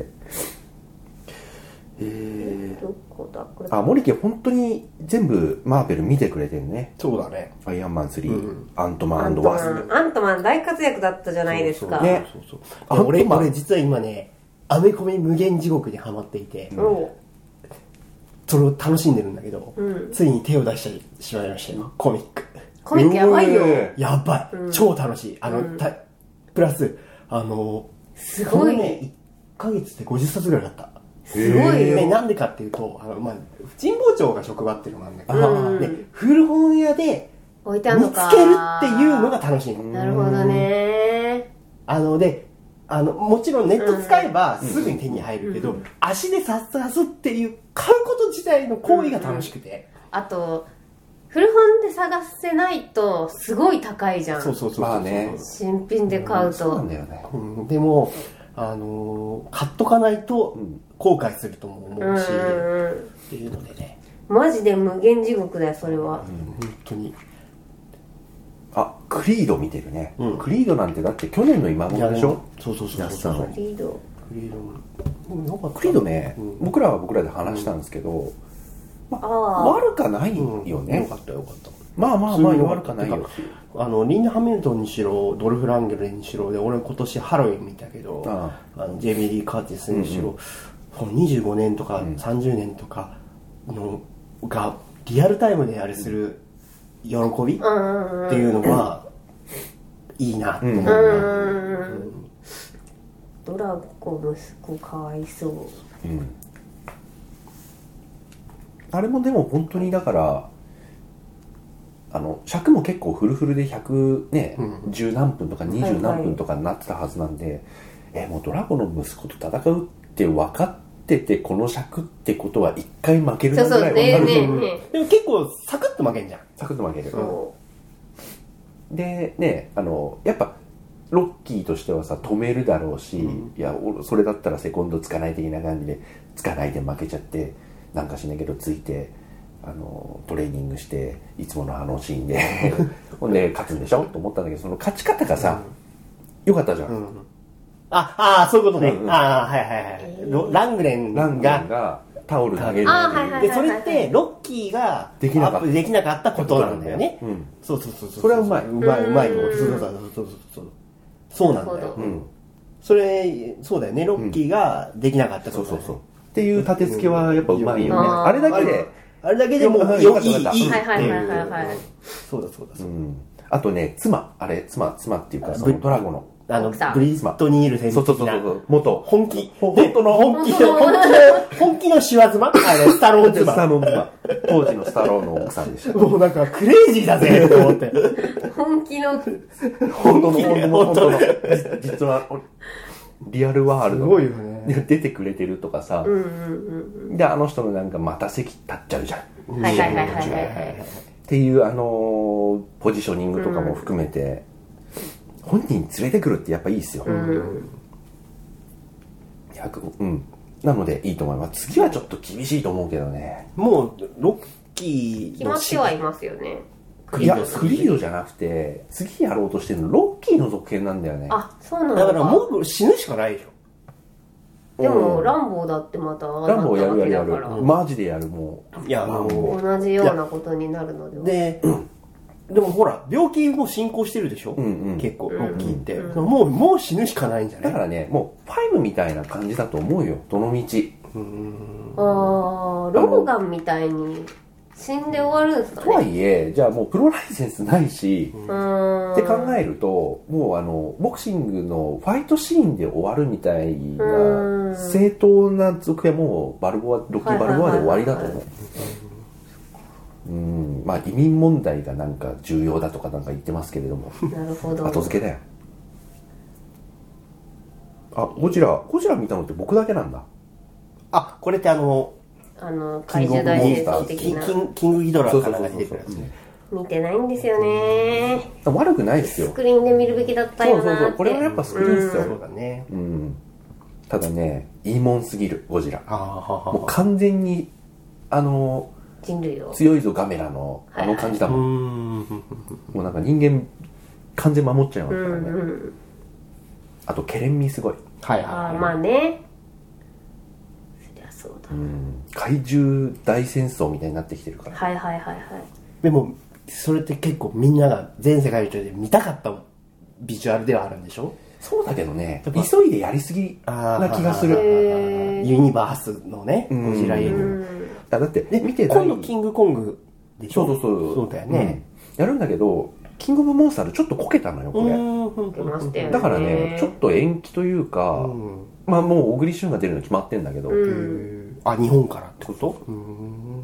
えー、 どこだこれあ、森家本当に全部マーベル見てくれてるね。 そうだね。 アイアンマンスリー、うん、アントマン&ワスプ。 アントマン大活躍だったじゃないですか。 ね。 そうそうそう。俺、俺実は今ね、アメコミ無限地獄にハマっていて、うん、それを楽しんでるんだけど、うん、ついに手を出してしまいましたよ、コミック。 コミックやばいよ。 やばい。うん、超楽しい。あの、うん、プラス、あの、 すごい。 ね、いっかげつでごじゅっさつぐらいだった。 すごいよ。 ね、なんでかっていうと、あの、まあ、神保町が職場っていうのがあるんだけど、うん、ね、古本屋で置いてあるのか見つけるっていうのが楽しいの。 なるほどね。 あの、で、あの、もちろんネット使えばすぐに手に入るけど、うん、足でさっさすっていう、買うこと自体の行為が楽しくて。 うん、あと、古本で探せないとすごい高いじゃん。 そうそうそうそう。 まあね。 新品で買うと。うん、 そうなんだよね。 うん、でも、あのー、買っとかないと後悔するとも思うし、うん、っていうのでね。 マジで無限地獄だよ、それは。 うん、本当に。 あ、クリード見てるね。うん、クリードなんてだって去年の今頃でしょ。 そうそうそうそう。 クリード。 クリード。クリードね、うん、僕らは僕らで話したんですけど、まあ、悪かないよね。 よかったよかった。 まあまあまあ悪かないよ。 あのリンダ・ハミルトンにしろドルフ・ランゲルにしろで俺今年ハロウィン見たけど、ああのジェイミー・リー・カーティスにしろ、うんうん、このにじゅうごねんとかさんじゅうねんとかのがリアルタイムであれする喜びっていうのはいいなと思うな、うんうん、 ドラゴ息子かわいそう、うん、 あれもでも本当にだからあの尺も結構フルフルでひゃくね、うん、じゅう何分とかにじゅう何分とかになってたはずなんで、はいはい、えもうドラゴの息子と戦うって分かっててこの尺ってことは一回負けるなぐらい分かる。 でも結構サクッと負けんじゃん。 サクッと負ける。でねあのやっぱロッキーとしてはさ止めるだろうし、うん、いやそれだったらセコンドつかない的な感じでつかないで負けちゃってなんかしないけどついてあのトレーニングしていつものあのシーンでほんで勝つんでしょと思ったんだけどその勝ち方がさ、うん、よかったじゃん、うん、 あ、ああ、そういうことね。うんうん、ああ、はいはいはい。えー、ラングレンが、 ラングレンがタオル投げる。 で、それって、ロッキーができなかった、できなかったことなんだよね。うん、 そうそうそうそう。それはうまい。うまい、うまい。そうそうそうそうそう。そうなんだよ。うん。それ、そうだよね。ロッキーができなかったこと、 そうそうそう。っていう立て付けはやっぱうまいよね。あれだけで、 あれだけでもういい、いい、いいっていう。 はいはいはいはい。 そうだそうだそうだ。 あとね、妻、あれ、妻、妻っていうか、そのドラゴの。 あの、ブリストニール先生。 そうそうそうそう。元。 本気。本当の本気の、本気の、本気のシワ妻あれ、スタローン妻。 スタローン妻。当時のスタローンの奥さんでした。 もうなんかクレイジーだぜ、と思って。 本気の。 本当の、本当の、実は、リアルワールド。 すごいよね。 出てくれてるとかさ。で、あの人のなんかまた席立っちゃうじゃん。 はいはいはいはいはい。 っていう、あの、ポジショニングとかも含めて、本人連れてくるってやっぱいいっすよ。うん。うん。なのでいいと思います。次はちょっと厳しいと思うけどね。 もう、ロッキー決まってはいますよね。 いや、クリードじゃなくて、次やろうとしてるの、ロッキーの続編なんだよね。 あ、そうなんだ。だからもう死ぬしかないでしょ。 でも、ランボーだってまた、 ランボーやるやるやる。マジでやる、もう。 いや、もう。同じようなことになるのでは。 で、でもほら、病気も進行してるでしょ、うんうん、結構、ロッキーって、うんうん。もう、もう死ぬしかないんじゃない？ だからね、もう、ファイブみたいな感じだと思うよ、どの道。 うーん。あー、ローガンみたいに死んで終わるんですかね。 とはいえ、じゃあもうプロライセンスないし、って考えると、もうあの、ボクシングのファイトシーンで終わるみたいな、正当な続編はもう、バルボア、ロッキーバルボアで終わりだと思う。うん、まあ移民問題がなんか重要だとかなんか言ってますけれども。 なるほど。 後付けだよ。あ、ゴジラ、ゴジラ見たのって僕だけなんだ。 あ、これってあの、 あの、怪獣大戦争的な。 キン、キングギドラからが出てくるやつね。 見てないんですよね。 悪くないですよ。 スクリーンで見るべきだったよなって。 そうそうそう。これはやっぱスクリーンですよ。 そうだね。 うん。ただね、いいもんすぎる、ゴジラ。もう完全に、あの、 人類を強いぞガメラのあの感じだもん、はいはい、もうなんか人間完全守っちゃいますからね、うんうん、あとケレン味すごい、 はいはいはい、あまあねそりゃそうだ、うん、 怪獣大戦争みたいになってきてるから、 はいはいはいはい。 でもそれって結構みんなが全世界中で見たかったビジュアルではあるんでしょ。 そうだけどね、急いでやりすぎな気がする。 ユニバースのね、ゴジラ映画だって見て今度キングコングでしょ。 そうそうそうそうだよね、 うん、やるんだけどキングオブモンスターでちょっとこけたのよこれ。だからねちょっと延期というか、うん、まあもう小栗旬が出るの決まってんだけど、うん、 あ日本からってこと。うん、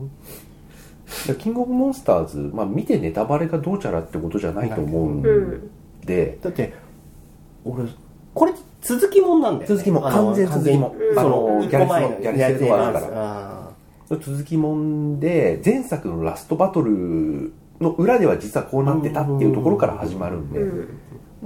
キングオブモンスターズ、まあ、見てネタバレがどうちゃらってことじゃないと思うんで、 だって俺これ続きもんなんだよね。 続きも完全続きもん、うん、あのギャリスのギャリスのがあるから続きもんで、前作のラストバトルの裏では実はこうなってたっていうところから始まるんで、うん、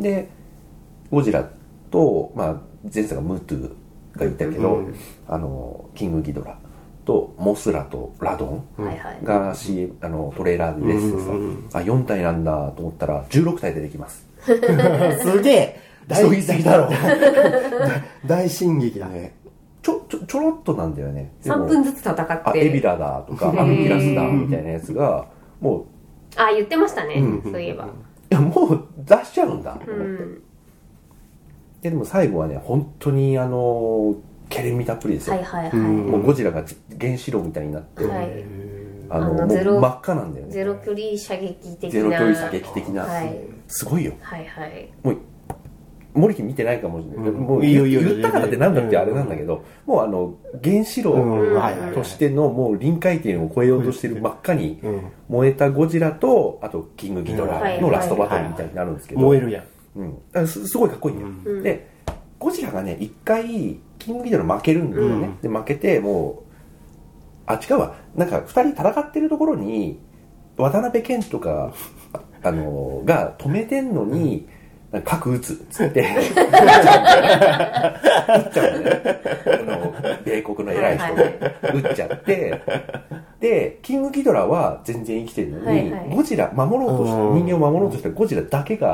でゴジラと、まあ、前作がムートゥがいたけど、うん、あのキングギドラとモスラとラドンが、C、あのトレーラーで出ててさ、うん、あよんたいなんだと思ったらじゅうろくたい出てきますすげえ大急ぎだろ大進撃だね。 ちょちょちょろっとなんだよね。 さんぷんずつ戦って、 あエビラだとかアンギラスだみたいなやつがもうあ言ってましたね、うん、そういえば。いやもう出しちゃうんだと思って、うん、で, でも最後はね本当にあのケレン味たっぷりですよ。 はいはいはい、 もうゴジラが原子炉みたいになって、はい、あのもう真っ赤なんだよね。 ゼロ距離射撃的なゼロ距離射撃的な、はい、すごいよ。 はいはいもう森木見てないかもしれない、うん、もう言ったからってなんだってあれなんだけど、うん、もうあの原子炉としてのもう臨界点を超えようとしてる真っ赤に燃えたゴジラとあとキングギドラのラストバトルみたいになるんですけど、 燃えるやん、うん、す, すごいかっこいいよ、うん、でゴジラがね一回キングギドラ負けるんだよね、うん、で負けてもうあ違うわなんかふたり戦ってるところに渡辺謙とかあのが止めてんのに、うん核撃つっつって撃っちゃうんだよね。米国の偉い人が撃っちゃってでキングギドラは全然生きてるのに、はいはい、ゴジラ守ろうとした人間を守ろうとしたゴジラだけが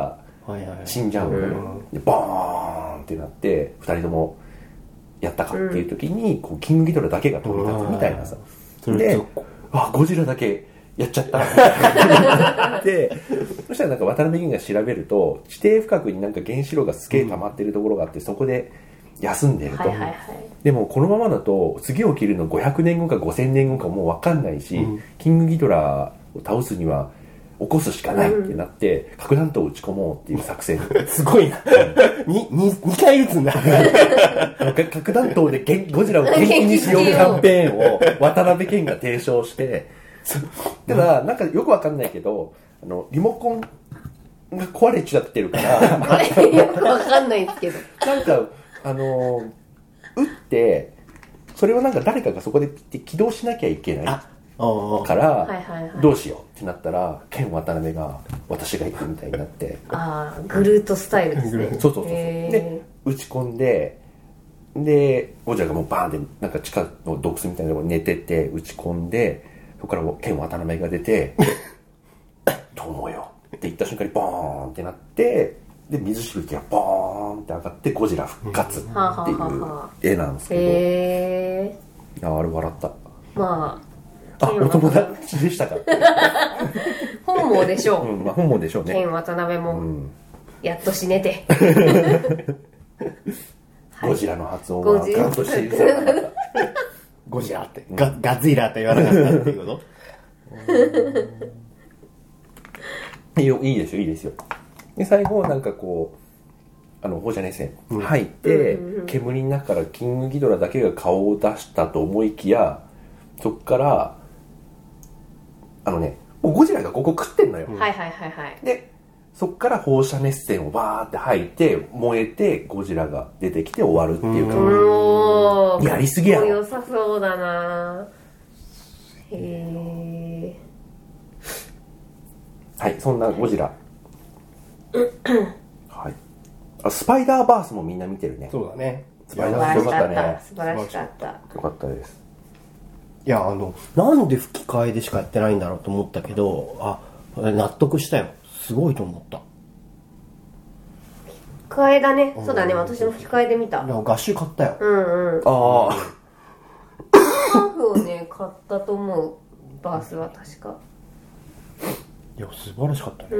死んじゃうのね、うん、でボーンってなってふたりともやったかっていう時にこうキングギドラだけが飛び立つみたいなさ、うん、であゴジラだけやっちゃったでそしたらなんか渡辺謙が調べると地底深くになんか原子炉がすげえ溜まってるところがあって、うん、そこで休んでると、はいはいはい、でもこのままだと次起きるのごひゃくねんごかごせんねんごかもう分かんないし、うん、キングギドラを倒すには起こすしかないってなって、うん、核弾頭を撃ち込もうっていう作戦すごいなに 2, 2回撃つんだ核弾頭でゴジラを元気にしようキャンペーンを渡辺謙が提唱してただなんかよくわかんないけどあのリモコンが壊れちゃってるからよくわかんないんですけどなんかあの打ってそれをなんか誰かがそこで起動しなきゃいけないからどうしようってなったら剣渡辺が私が行くみたいになってああグルートスタイルですねそうそうそうそうで打ち込んででゴジラがもうバーンってなんか地下の洞窟みたいなところに寝てて打ち込んでそこから剣渡辺が出て友よって言った瞬間にボーンってなってで水しぶきがボーンって上がってゴジラ復活っていう絵なんですけど、 へーいやあれ笑った。 まああお友達でしたか本望でしょう、 うんまあ、本望でしょうね。 剣渡辺もやっと死ねて、 ゴジラの発音はガンとしているそうだったゴジラって、うん、ガ, ガズイラと言わなかったっていうこといいよいいですよいいですよ。で最後なんかこうあの放射熱線入って、うん、煙の中からキングギドラだけが顔を出したと思いきやそっからあのねもうゴジラがここ食ってんのよ、 うん、はいはいはいはいでそっから放射熱線をバーって吐いて燃えてゴジラが出てきて終わるっていう感じ。やりすぎやろ。 良さそうだな。へーはいそんなゴジラはい、あスパイダーバースもみんな見てるね。 そうだね。 スパイダーバースよかったね。 素晴らしかった。 よかったです。 いやあのなんで吹き替えでしかやってないんだろうと思ったけどあ納得したよ。すごいと思った。 吹き替えだね、うん、そうだね私も吹き替えで見た。 いや合集買ったよ。 うんうんああハーフをね買ったと思う。バースは確かいや素晴らしかったね。 うん、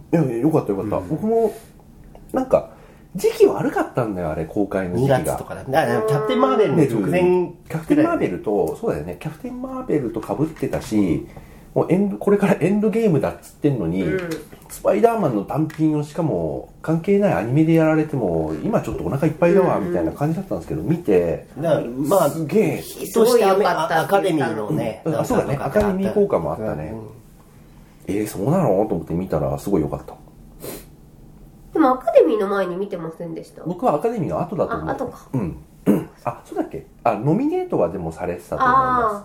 うん、いやよかったよかった、うん、僕もなんか時期悪かったんだよあれ公開の時期が。 にがつとかだ。だからキャプテンマーベルの直前、 キャプテンマーベルとそうだよねキャプテンマーベルと被ってたし、もうエンドこれからエンドゲームだっつってんのに、うん、スパイダーマンの単品をしかも関係ないアニメでやられても今ちょっとお腹いっぱいだわみたいな感じだったんですけど、見てだまあすげえすごい良かった。アカデミーのね、 うん、あそうだねアカデミー効果もあったね、うん、えー、そうなのと思って見たらすごい良かった。 でもアカデミーの前に見てませんでした？ 僕はアカデミーの後だと思う。 あ後かうんあそうだっけ。あノミネートはでもされてたと思います。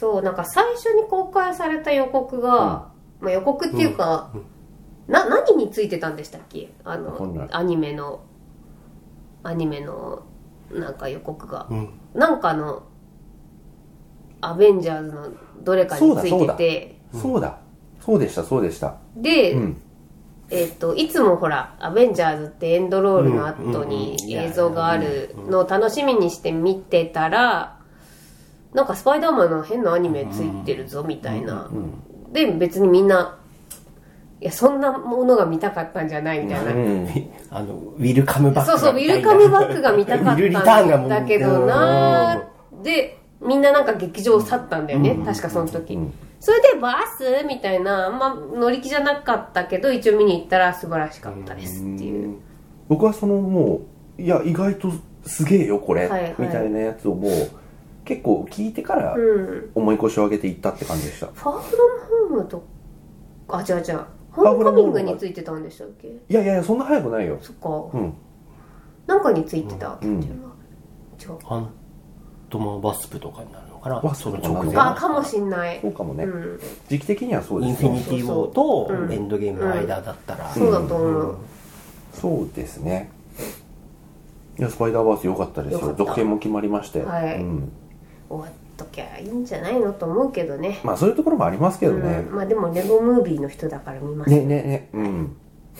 そうなんか最初に公開された予告が、うんまあ、予告っていうか、うん、な何についてたんでしたっけあのアニメのアニメのなんか予告が、うん、なんかのアベンジャーズのどれかについててそうだそうでしたそうでしたで、うんえー、といつもほらアベンジャーズってエンドロールの後に映像があるのを楽しみにして見てたらなんかスパイダーマンの変なアニメついてるぞみたいなで別にみんないやそんなものが見たかったんじゃないみたいな、うん、 あのウィルカムバックそうそうウィルカムバックが見たかったんだけどなでみんななんか劇場を去ったんだよね、うん、確かその時、うん、それでバースみたいなあんま乗り気じゃなかったけど一応見に行ったら素晴らしかったですっていう、うん、 僕はそのもういや意外とすげえよこれ、はいはい、みたいなやつをもう結構聞いてから思い越しを上げていったって感じでした、うん、 ファーフロムホームとあ違う違うホームカミングについてたんでしたっけ。いやいやそんな早くないよ。 そっか、うん、なんかについてたっていうのは、 うん、違うアントマンワスプとかになるのかな。 わその直前あかもしんない。 そうかもね、うん、時期的にはそうですね。インフィニティウォーとエンドゲームの間だったら、 うんうん、そうだと思う、 うん、そうですね。いやスパイダーバース良かったですよ。続編も決まりまして、 はい、うん、終わっときゃいいんじゃないのと思うけどね。 まあそういうところもありますけどね、 うん、まあでもレゴムービーの人だから見ますねねねうん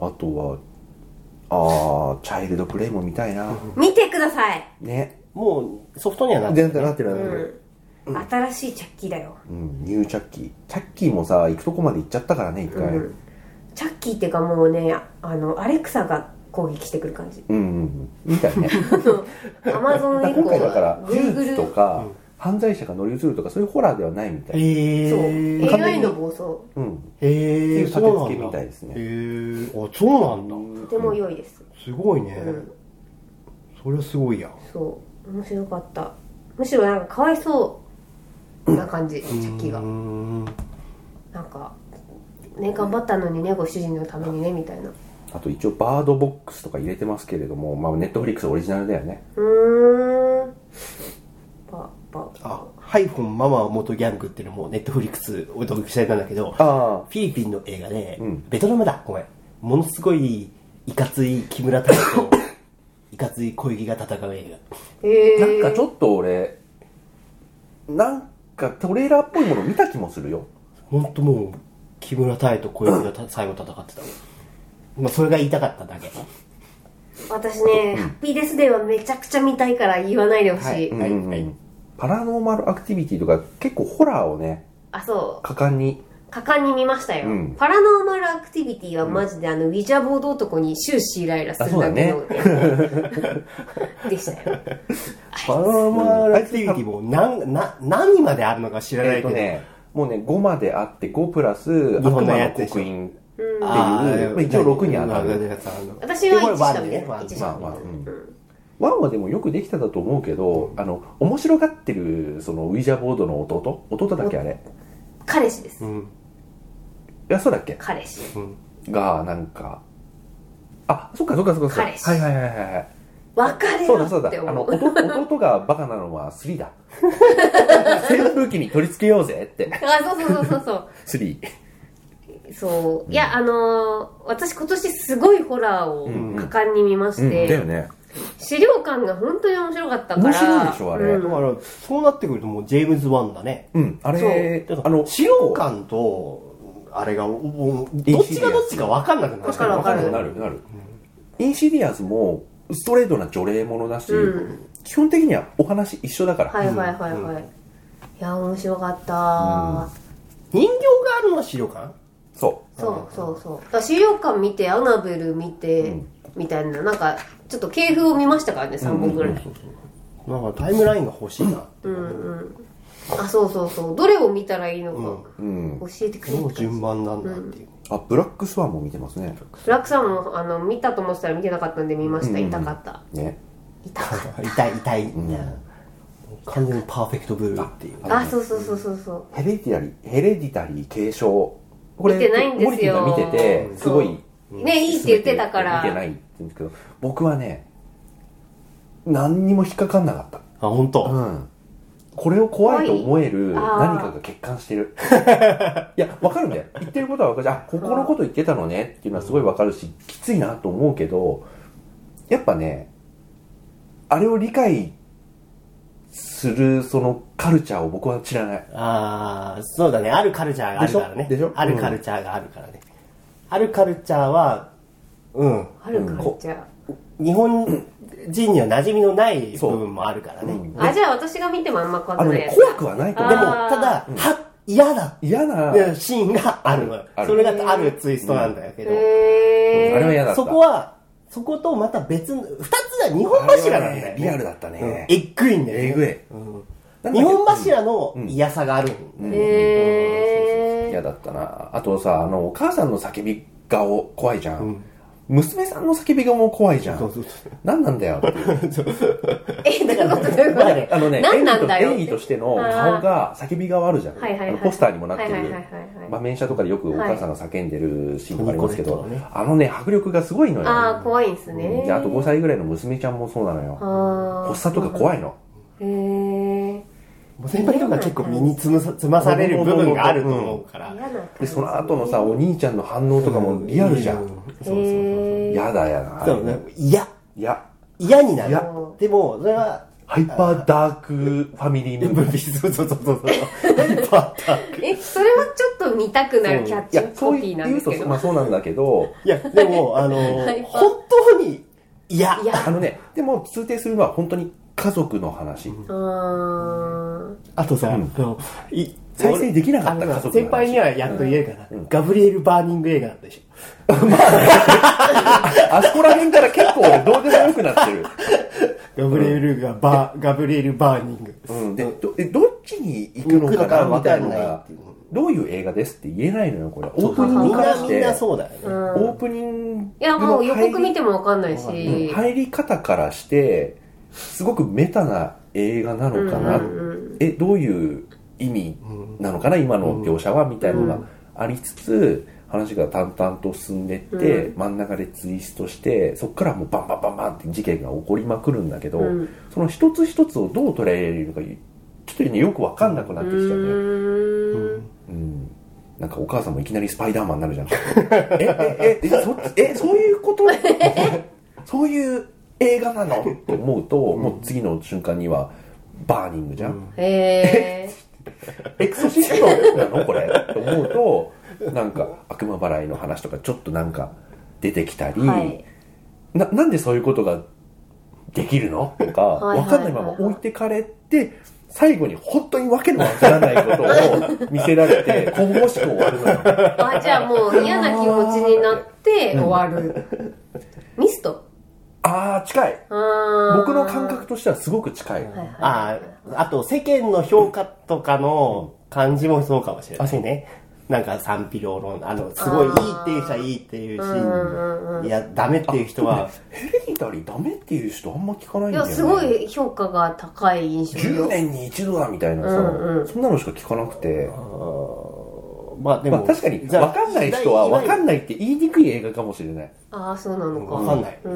あとはあーチャイルドプレイも見たいな。 見てくださいね。 もうソフトにはなってるなってるなってる、 うん、新しいチャッキーだよ、 うん、ニューチャッキー。チャッキーもさ行くとこまで行っちゃったからね一回、うん、 チャッキーっていうかもうねあのアレクサが攻撃してくる感じ。 うんうんみたいねアマゾン以降今回だから呪術とか、うん、犯罪者が乗り移るとかそういうホラーではないみたい。 へえ。そう エーアイ の暴走。 うん。へえ。立て付けみたいですね。 へえ。あ、そうなんだ。 とても良いです。 すごいね。うん、それはすごいや。 そう面白かった。むしろなんかかわいそうな感じ、チャッキーが。なんかね頑張ったのにねご主人のためにねみたいな。 あと一応バードボックスとか入れてますけれども、まあネットフリックスオリジナルだよね。 うーん。 ババあハイフォンママ元ギャングっていうのもネットフリックスお届けされたんだけど、あフィリピンの映画で、うん、ベトナムだごめんものすごいいかつい木村拓哉といかつい小池が戦う映画。へなんかちょっと俺なんかトレーラーっぽいもの見た気もするよ。 ほんともう木村拓哉と小池が最後戦ってた。まあそれが言いたかっただけ。 私ね、うん、ハッピーデスデーはめちゃくちゃ見たいから言わないでほしい。はい、はいはい、 パラノーマルアクティビティとか結構ホラーをね、 あそう果敢に果敢に見ましたよ、うん、パラノーマルアクティビティはマジであのウィジャーボード男に終始イライラするだけの、ね、でしたよ。 パラノーマルアクティビティも何, な何まであるのか知らないけど、えーね、 もうねごまであってごプラス悪魔の刻印っていう、まあ、一応ろくに当たる。 私はいちしか見てない。まあまあ、 ワンはでもよくできただと思うけど、あの面白がってるそのウィジャーボードの弟弟だっけあれ彼氏です、うん、 いやそうだっけ彼氏、 うん、がなんかあそっかそっかそっか彼氏はいはいはいはい別れろって思う。そうだそうだあの 弟, 弟がバカなのはスリーだ扇風機に取り付けようぜってあそうそうそうそうそうスリーそう、うん、いやあのー、私今年すごいホラーを果敢に見まして、うんうん、 だよね資料館が本当に面白かったから面白いでしょあれ、うん、 だからそうなってくるともうジェームズ・ワンだね。 うんあれあの資料館とあれがどっちがどっちか分かんなくなる。 確かに分かるなるなる、うん、インシディアスもストレートな除霊ものだし、うん、基本的にはお話一緒だから。 はいはいはいはい、うん、いや面白かった、 うん、人形があるのは資料館。 そうそうそうそうだ資料館見てアナベル見て、うん、みたいななんかちょっと系譜を見ましたからねさんぼんぐらい、うん、そうそうそうなんかタイムラインが欲しいなってうんうんあそうそうそうどれを見たらいいのか、うん、教えてくれるどの順番なんだっていう、 うん、あブラックスワンも見てますね。 ブラックスワンもあの見たと思ってたら見てなかったんで見ました、うん、痛かったね痛かった痛い痛い、うん、完全にパーフェクトブルーっていうあそうそうそうそうそうヘレディタリーヘレディタリー継承これ見てないんですよ。 モリティが見ててすごいねいいって言ってたから見てないって言うんですけど僕はね何にも引っかかんなかった。 あ本当。 うんこれを怖いと思える何かが欠陥してるいや分かるんだよ言ってることは分かる。あここのこと言ってたのねっていうのはすごい分かるしきついなと思うけどやっぱねあれを理解するそのカルチャーを僕は知らない。 ああそうだねあるカルチャーがあるからね。 でしょあるカルチャーがあるからね、うん、あるカルチャーはうんあるカルチャー、 うん、日本人には馴染みのない部分もあるからね、うん、 あじゃあ私が見てもあんま変わんないやつ、 ね、怖くはないと思う。 でもただ、うん、は嫌だ嫌なシーンがあるのよ。それがあるツイストなんだけど、うん、 へあれは嫌だった。 そこはそことまた別のふたつが日本柱なんだよね。 リアルだったね、 うん、えっぐいんだよね。 えぐい、 うん、日本柱の嫌さがあるんだよね、 うんうん、へ嫌だったな。あとさあのお母さんの叫び顔怖いじゃん、うん娘さんの叫びがもう怖いじゃん。そうそうそう。何なんだよっていう。 え、だからどういうこと？ あのね、 何なんだよ。 演技としての顔が叫び顔あるじゃん。はいはいはい、あのポスターにもなってる。場面車とかでよくお母さんが叫んでるシーンとかありますけど、はい、あのね迫力がすごいのよ。 ああ怖いんですね。 であとごさいぐらいの娘ちゃんもそうなのよ。発作とか怖いの。 へえ。 先輩とか結構身につむさ、つまされる部分があると思うから、うん、 でその後のさお兄ちゃんの反応とかもリアルじゃん、うん、そうそうそうそうやだやだそうね嫌嫌嫌になる。でもそれはハイパーダークファミリームービーそうそうそうそうハイパーダークえそれはちょっと見たくなるキャッチコピーなんですけど。 まあそうなんだけど。 いや、でも、あの、本当に嫌。 あのね、でも通底するのは本当に家族の話。うん、 あとさ、うん、 再生できなかった家族の話。 先輩にはやっと言えるかな、うん。ガブリエル・バーニング映画だったでしょ。 まあ、あそこら辺から結構どうでもよくなってる。 ガブリエルがバー、ガブリエル・バーニング。 うん、で、ど、どっちに行くのかなみたいなのが、どういう映画ですって言えないのよ、これ。オープニングからして。 みんなそうだよね。 オープニング。 いや、もう予告見てもわかんないし。 入り方からして、すごくメタな映画なのかな。え、どういう意味なのかな、今の描写は、みたいなのがありつつ、話が淡々と進んでって、うん、真ん中でツイストして、そこからもうバンバンバンバンって事件が起こりまくるんだけど、うん、その一つ一つをどう捉えられるのか、ちょっとね、よくわかんなくなってきちゃうね。うん、うん。なんかお母さんもいきなりスパイダーマンになるじゃん。え、え、え、そ、え、そういうことそういう映画なのと思うと、うん、もう次の瞬間には、バーニングじゃん。うん、へー。エクソシストなのこれと思うと、なんか悪魔払いの話とかちょっとなんか出てきたり、はい、な, なんでそういうことができるのとか、はいはいはいはい、分かんないまま置いてかれて、最後に本当にわけのわからないことを見せられて、神々しく終わるのよ。 あ、じゃあもう嫌な気持ちになって終わる。ミスト。 ああ、近い。僕の感覚としてはすごく近い。はいはい、 ああ、あと世間の評価とかの感じもそうかもしれないね。なんか賛否両論、あの、すごいいいっていう人はいいっていうし、いや、ダメっていう人は。 ヘレディタリーダメっていう人あんま聞かないんだよね。 いや、すごい評価が高い印象。 じゅうねんに一度だみたいなさ、うんうん、そんなのしか聞かなくて。まあでも、まあ、確かに、わかんない人はわかんないって言いにくい映画かもしれない。 ああ、そうなのか。 わかんない。うん、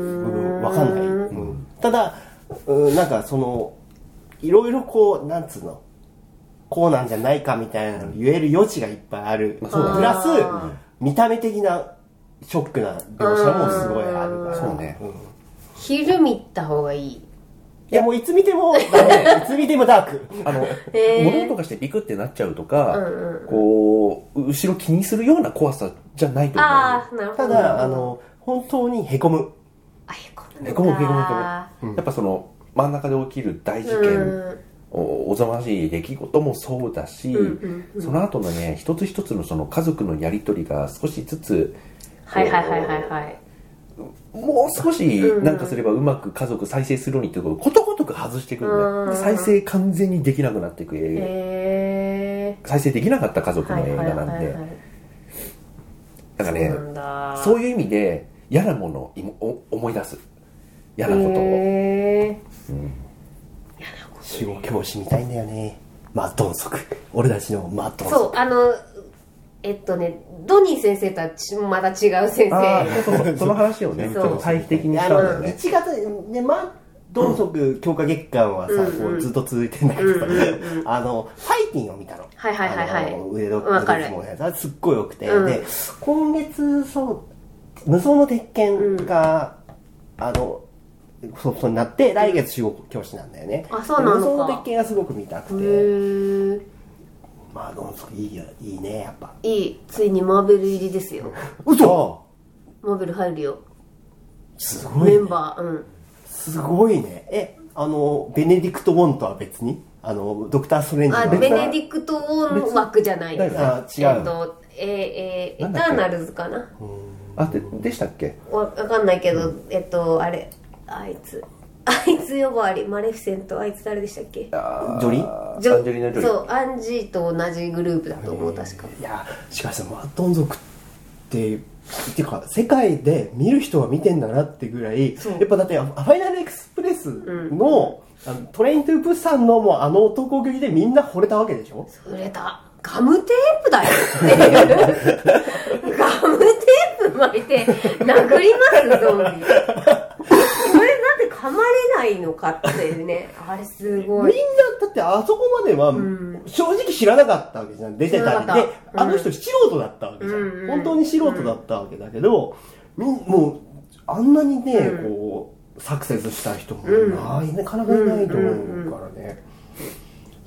わかんない。うん、ただ、うん、なんかその、いろいろこう、なんつうの、こうなんじゃないかみたいなの言える余地がいっぱいある。プラス、見た目的なショックな描写もすごいあるから。 そうね。 うん、昼見た方がいい。いやもういつ見てもダメ。いつ見てもダーク。 あの、物とかしてビクってなっちゃうとか、うんうん、こう、後ろ気にするような怖さじゃないと思う。 あなるほど。 ただ、あの、本当にへこむ。 あ、へこむ。 へこむ、へこむ、へこむ。やっぱその、真ん中で起きる大事件、うんお, おざましい出来事もそうだし、うんうんうん、その後のね一つ一つのその家族のやり取りが少しずつはいはいはいはいはいもう少しなんかすればうまく家族再生するようにっていうことをことごとく外していくんだよ、うん、再生完全にできなくなっていく映画、再生できなかった家族の映画なんで、はいはいはいはい、だからね そう, だそういう意味で嫌なものを思い出す嫌なことを、うん守護教師みたいんだよね。マッドンソク。俺たちのマッドンソク。 そう、あの、えっとね、ドニー先生とはまた違う先生。 そうそうその話をね、ちょっと対比的にしたんだよね。 いちがつ、ね、マッドンソク強化月間はさ、うん、こうずっと続いてんだけどさ、うんうんうん、あの、ファイティンを見たの。 はいはいはいはい。 腕時もね、すっごい良くて、うん。で、今月、そう、無双の鉄拳が、うん、あの、そうそうになって来月守護教師なんだよね。 あ、そうなのか。 その鉄拳がすごく見たくて。へまあどうぞいいよいいねやっぱ。 いいついにマーベル入りですよ。 嘘。 マーベル入るよ。 すごい、ね。 メンバーうん。 すごいね。えあのベネディクト・ウォンとは別にあのドクター・ストレンジ。 あベネディクト・ウォン枠じゃないです。 あ違う。 えっとえー、えー、エターナルズかな。 あででしたっけ。 わかんないけど、うん、えっとあれ。あいつあいつ呼ばわりマレフィセントあいつ誰でしたっけ。ジョリージョアンジェリーナ・ジョリー。 そうアンジーと同じグループだと思う確か。 いやしかしマッドン族ってっていうか世界で見る人は見てんだなってぐらいやっぱだってファイナルエクスプレスの、うん、あのトレイントゥープサンのもうあの男気でみんな惚れたわけでしょ。 惚れた。ガムテープだよっていうガムテープ巻いて殴りますゾンビこれなんで噛まれないのかっていうねあれすごい。 みんなだってあそこまでは正直知らなかったわけじゃん出てたりで、うん、あの人素人だったわけじゃん、うん、本当に素人だったわけだけど、うん、もうあんなにね、うん、こうサクセスした人もない、うん、なかなかいないと思うからね、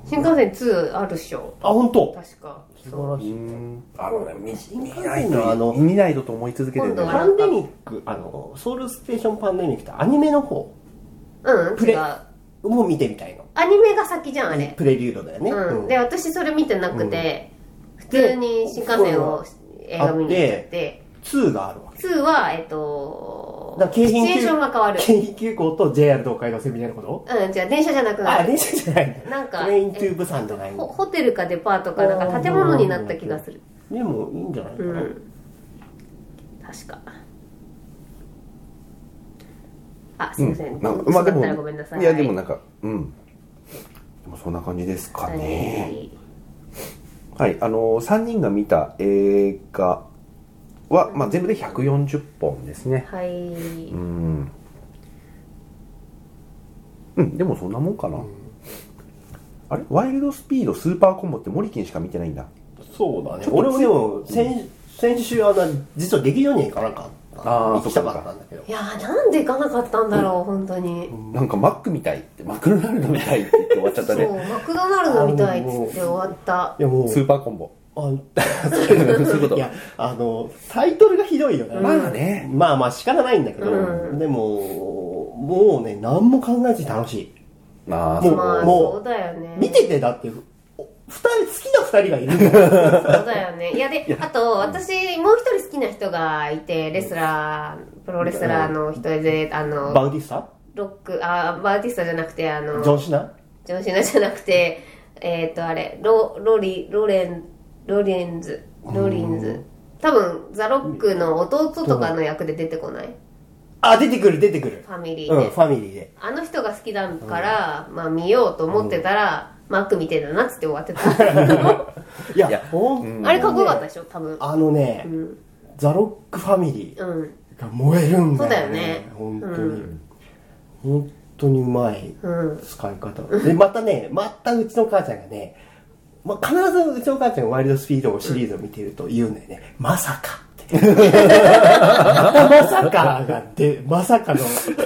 新幹線ツーあるっしょ。 あ、本当。 確か。 素晴らしい。 あのね、見ないと、あの、見ないとと思い続けてるんだよ。 パンデミック、あの、ソウルステーションパンデミックってアニメの方。 うん、 プレもう見てみたいの。 アニメが先じゃん、あれ。 プレリュードだよね。 うん。で、私それ見てなくて、普通に新幹線を映画見に行っちゃって。 ツーがあるわけ。 ツーは、えっと、 シチュエーションが変わる。 京浜急行と ジェイアール 東海道線みたいなこと？ うん、じゃあ電車じゃなくなる。 あ、電車じゃないんだ。 なんか、 トレイントゥーブサンじゃないんだ。 ホテルかデパートかなんか建物になった気がする。 でもいいんじゃないかな。うん、 確か。あ、すいません。うん、 なんかまあでも、ごめんなさい。いやでもなんか、うん。でもそんな感じですかね。はい、はい、あのさんにんが見た映画は、まあ、全部でひゃくよんじゅっぽんですね。 はい。 うん。うん、でもそんなもんかな。うん、あれワイルドスピードスーパーコンボってモリキンしか見てないんだ。 そうだね。俺もでも先、先週は実は劇場には行かなかった。ああ、行きたかったんだけど。 いやー、なんで行かなかったんだろう、うん、本当に。 なんかマックみたいって、マクドナルドみたいって言って終わっちゃったね。 そう、マクドナルドみたいって言って終わった。 いやもうスーパーコンボ。 あそういうこと。いや、あの、タイトルがひどいよね。 まあね。 まあまあ仕方ないんだけど、うん、でも、もうね、何も考えずに楽しい。 まあ、 もう、まあ、そうだよね。 見てて、だって、二人、好きな二人がいるんだよ。そうだよね。いや、で、あと、私、もう一人好きな人がいて、レスラー、プロレスラーの人で、あの、 バウディスタロック、あ、バウディスタじゃなくて、あの、 ジョンシナジョンシナじゃなくて、えっと、あれ、ロ、ロリ、ロレン、ロリンズ、ロリンズ。多分、ザ・ロックの弟とかの役で出てこない？ あ、出てくる、出てくる。 ファミリーで。 うん、ファミリーで。 あの人が好きだから、うん、まあ見ようと思ってたら、うん、マック見てんだなっつって終わってた。 いや、いやほん、 あれかっこよかったでしょ、多分。 あのね、うん、ザ・ロックファミリーが燃えるんだよね。 そうだよね。 本当に。うん、本当にうまい使い方。うん、で、またね、またうちの母ちゃんがね、まあ、必ずうちの母ちゃんがワイルドスピードシリーズを見てると言うんだよね。まさかって。まさかがで、まさかの。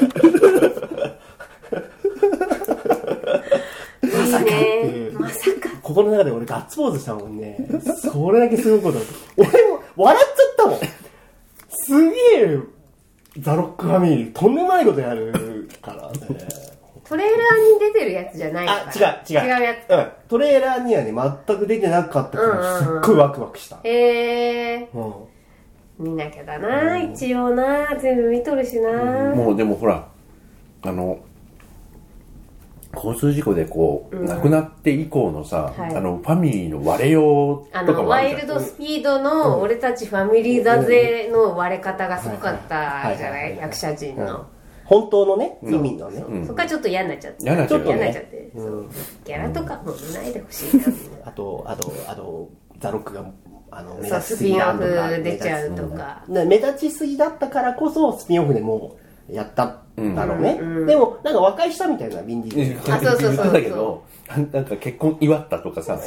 まさかっていう。まさか。心の中で俺ガッツポーズしたもんね。それだけすごいことだった。俺も笑っちゃったもん。すげえ、ザ・ロックファミリー、とんでもないことやるからね。 トレーラーに出てるやつじゃないから。 あ、違う、違う。 違うやつ。 うん。トレーラーにはね、全く出てなかったから、すっごいワクワクした。 へえー。うん。見なきゃだな、うん、一応な、全部見とるしな、 うん。もうでもほら、あの、交通事故でこう、うん、亡くなって以降のさ、はい、あの、ファミリーの割れようとかもあるじゃん。あの、 ワイルドスピードの、俺たちファミリーだぜの割れ方がすごかったじゃない、役者陣の。うん本当のね、意味のね、 うん、そこからちょっと嫌になっちゃって。 嫌になっちゃって。 嫌になっちゃって。そう。ギャラとかも見ないでほしいな。 あと、あと、あと、ザ・ロックが、あの、 目立ちすぎだとか。スピンオフ出ちゃうとか。 目立ちすぎだったからこそ、スピンオフでもう、やったんだろうね。うん、でも、なんか和解したみたいな、ビンディーズ。 あ、そうそうそう。 だけど、なんか結婚祝ったとかさ。 そう。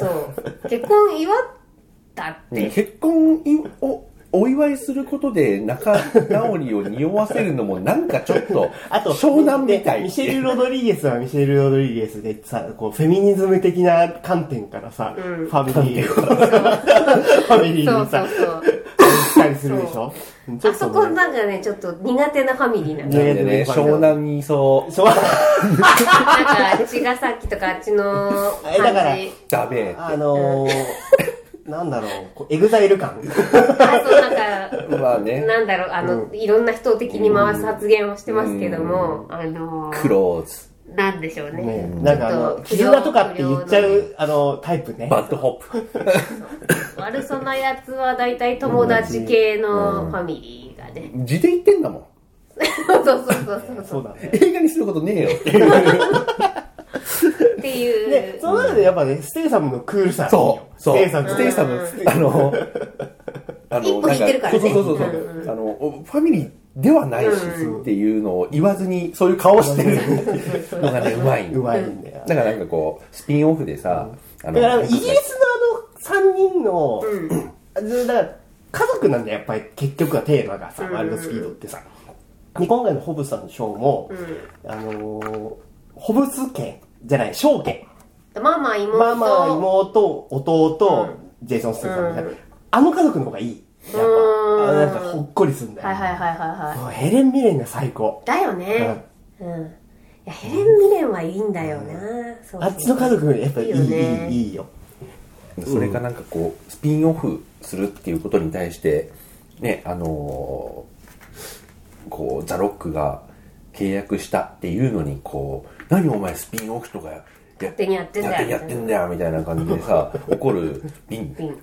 結婚祝ったって。 結婚を、お祝いすることで仲直りを匂わせるのもなんかちょっとあと湘南みたい。 ミシェル・ロドリゲスはミシェル・ロドリゲスでさ、こうフェミニズム的な観点からさ、うん、ファミリーファミリーにさ、したりするでしょ。 あそこなんかね、ちょっと苦手なファミリーなんだよね。湘南にいそう。 なんか茅ヶ崎とかあっちの感じ。だからダメ。 あのー。なんだろう、エグザイル感。 あ、そうなんか、 まあね、 なんだろう、あの、うん、いろんな人を敵に回す発言をしてますけども、うん、あのー、クローズ。 なんでしょうね。ねなんかあの、絆とかって言っちゃう、あの、タイプね。 バッドホップ。 悪そうなやつは大体友達系のファミリーがね。 うん、字で言ってんだもん。 そうそうそうそう。 そうだね。 映画にすることねえよ。 っていう。 で、その中でやっぱね、ステイサムのクールさ。 そう。そう。 ステイサム、 ステイサム、あの、 あの、一歩引いてるからね。 そうそうそうそう。うんうん、あの、ファミリーではないしっていうのを言わずに、そういう顔をしてるのがね、うまい。 うまいんだよ。 だからなんかこう、スピンオフでさ、 あの、だからイギリスのあのさんにんの、うん、だから家族なんだよ、やっぱり結局はテーマがさ、ワイルドスピードってさ。で、今回のホブスさんのショーも、うん、あのー、ホブス家じゃない、ショー家ママ、妹、 ママ、妹、弟、うん、ジェイソン・ステイサムみたいな、うん、あの家族の方がいい。やっぱ、なんかほっこりするんだよ、 ね。はいはいはいはいはい。 ヘレン・ミレンが最高。 だよね。うん。うん、いやヘレン・ミレンはいいんだよな。うん、そうそう、 あっちの家族がやっぱいい、いい、ね、いい、いいよ。 それがなんかこう、スピンオフするっていうことに対して、ね、あのー、こう、ザ・ロックが契約したっていうのに、こう、何お前スピンオフとかや勝手にやってんだよ。 勝手にやってんだよ、みたいな感じでさ、怒るビン。ビン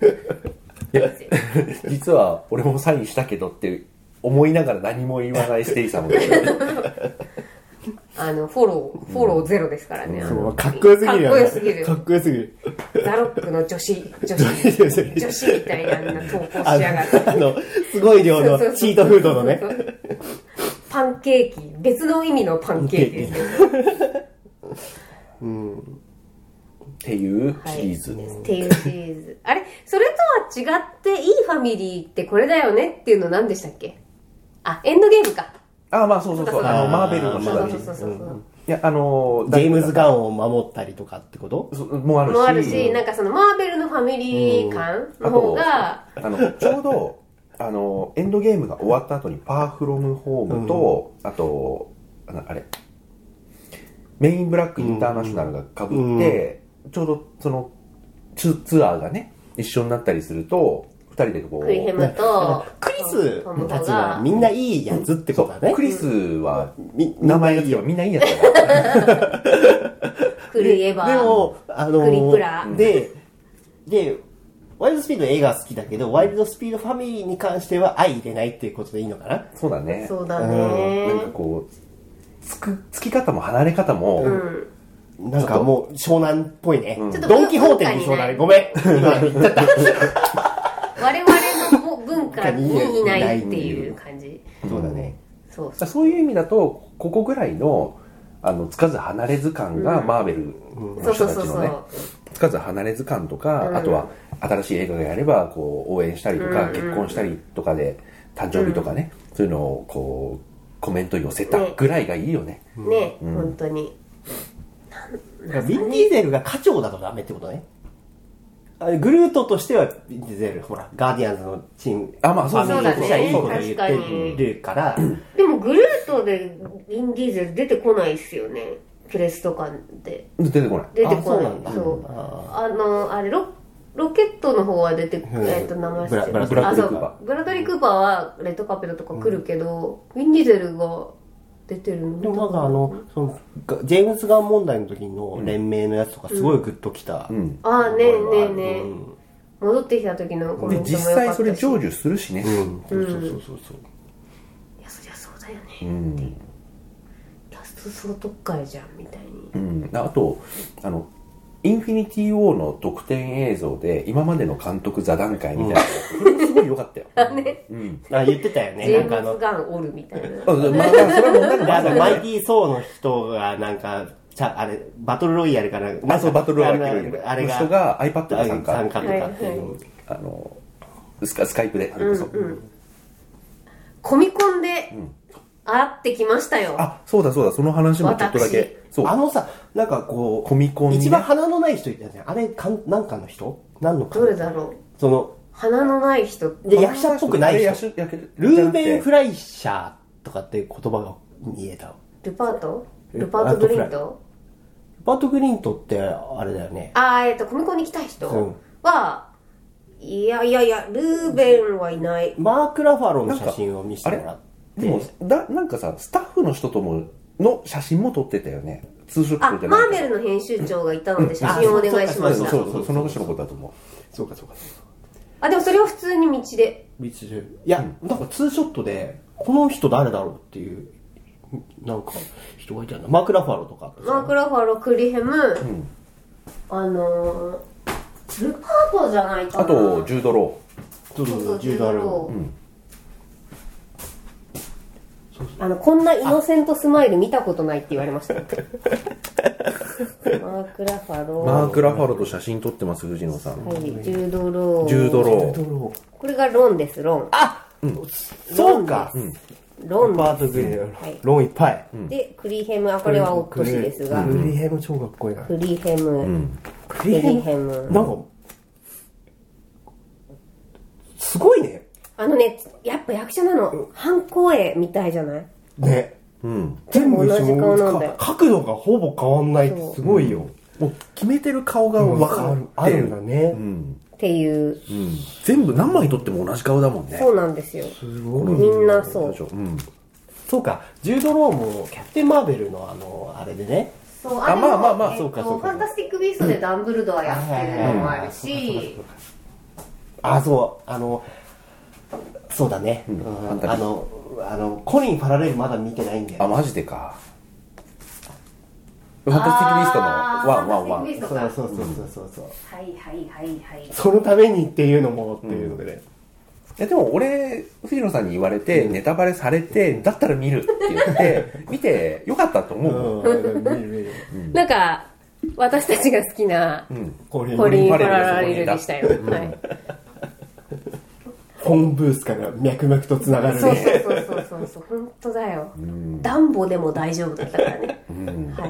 実は俺もサインしたけどって思いながら何も言わないステイサムだあのフォローフォローゼロですからね、 うん、かっこよすぎるよね。 かっこよすぎるかっこよすぎる。 ザロックの女子女子女子みたいなあんな投稿しやがってあのすごい量のチートフードのねパンケーキ、別の意味のパンケーキですようんっていうシリーズ、はい、 っていうシリーズあれそれとは違っていいファミリーってこれだよねっていうの何でしたっけ。あ、エンドゲームか。 あ、まあそうそうそう、あのマーベルの人たち、 そうそうそうそう、うん、 いやあのジェームズ・ガンを守ったりとかってこともあるし、 もあるし、なんかそのマーベルのファミリー感の方が、 うん、あのちょうどあのエンドゲームが終わった後にパーフロムホームと、うん、あとあのあれメインブラックインターナショナルが被って、うんうん、ちょうどそのツ, ツアーがね一緒になったりするとふたりでこうクリヘムとクリスたちはみんないいやつってことだね。 クリスは名前がつけばみんないいやつだからクリエバーでもあのクリプラででワイルドスピード映画は好きだけど、ワイルドスピードファミリーに関しては相入れないっていうことでいいのかな。 そうだね。 そうだね。 なんかこうつくつき方も離れ方も、 うん、なんかもう湘南っぽいね。うん、ドンキホーテに湘南。ごめん。今言っちゃった。 我々の文化にいないっていう感じ。 そうだね。 そうそう。 そういう意味だとここぐらいのあのつかず離れず感がマーベルの人たちのね。つかず離れず感とか、うん、あとは新しい映画がやればこう応援したりとか、うん、結婚したりとかで誕生日とかね、うん、そういうのをこうコメント寄せたぐらいがいいよね。 ね、ね、うん、本当に。 ヴィン・ディーゼルが課長だとダメってことね。あれグルートとしてはヴィン・ディーゼルほらガーディアンズのチームあまあそうだね。 いいこと言ってるから。 でもグルートでヴィン・ディーゼル出てこないっすよね。プレスとかで出てこない出てこない。 あ、そうなんだ。 そうあのあれ ロ, ロケットの方は出て、うん、えっと名前ブラ, ブラドリー・クーパーブラドリー・クーパーはレッドカーペットとか来るけど、うん、ヴィン・ディーゼルが出てるのでもなんかあのそのジェームズ・ガン問題の時の連名のやつとかすごいグッときた、 うんうん、ああねえねえねえ、うん、戻ってきた時のコメントもよかったし、 実際それ成就するしね、 うん、そうそうそうそう、いやそりゃそうだよねっていう、うん総特会じゃんみたいに、 うん、あとあのインフィニティ・ウォーの特典映像で今までの監督座談会みたいな、うん、すごい良かったよあ、ねうん、あ言ってたよね。 ジェームズ・ガンおるみたいなまあ、それはもうなんかマイティー・ソーの人がなんかあれバトルロイヤルかなあそうバトルロイヤルあれが人が iPad で参加参加とかっていう、はいはい、 あのスカ、スカイプで、 うんうん、コミコンで、うん会ってきましたよ。 あ、そうだそうだ、その話もちょっとだけ。 そうあのさ、なんかこう、 コミコンに、ね、 一番鼻のない人いたじゃん。あれ、かんなんかの人何のかどれだろうその、 鼻のない人で、役者っぽくない人。ルーベン・フライシャーとかって言葉が見えた。 ルパートルパート・グリントルパート・グリントってあれだよね。 あー、えっと、コミコンに来た人は、うん、いやいやいや、ルーベンはいない。 マーク・ラファローの写真を見せてもらって。 でもだなんかさスタッフの人ともの写真も撮ってたよね。ツーショットじゃない。 あ、マーベルの編集長がいたので写真をお願いしました。 そうそうそう、その人のことだと思う。 そうかそうか。 あ、でもそれは普通に道で。 道で。いや、うん、なんかツーショットでこの人誰だろうっていうなんか人がいたんだ。マーク・ラファローとか。 マーク・ラファロー、クリヘム、うん、あのー、ルパートじゃないかな。 あとジュードロー。そうそうそう、ジュードロー。うんあのこんなイノセントスマイル見たことないって言われましたマーク・ラファローマーク・ラファローと写真撮ってます藤野さん。 はい、ジュードロージュードローこれがロンです。ロンあ、うん、そうか、うん、 ロンパートグリーン、はい、ロンいっぱい、 うん、でクリヘム、あこれはオットシですが、 クリヘム超かっこいいな。 クリヘム、うん、 クリヘムなんかすごいね。 あのね、やっぱ役者なの、うん、半光絵みたいじゃないね、うん、全部同じ顔なんだよ。角度がほぼ変わんないってすごいよ。 もう決めてる顔が分かる、 あるんだね、うん、 っていう、うん、 全部何枚撮っても同じ顔だもんね。 そうなんですよ。すごいみんなそう、うん、 そうか。ジュード・ローもキャプテン・マーベルのあのあれでね、 そうあれもあまあまあまあ、 えっと、そうかそうか。ファンタスティック・ビーストでダンブルドアやってるのもあるし、 あそうあのそうだね、うん、あのあのコリン・ファラレルまだ見てないんだよ、ね、 あマジでか。ファンタスティック・ビーストのワンワンワン。 そうそうそうそうそう。 はいはいはいはい。 そのためにっていうのもっていうのでね。 いやでも俺藤野さんに言われてネタバレされてだったら見るって言って見てよかったと思う。 なんか私たちが好きなコリン・ファラレルでしたよ。はい。 本ブースから脈々とつながるね。 そうそうそうそうそう本当だよ。ダンボでも大丈夫だったからね。はい。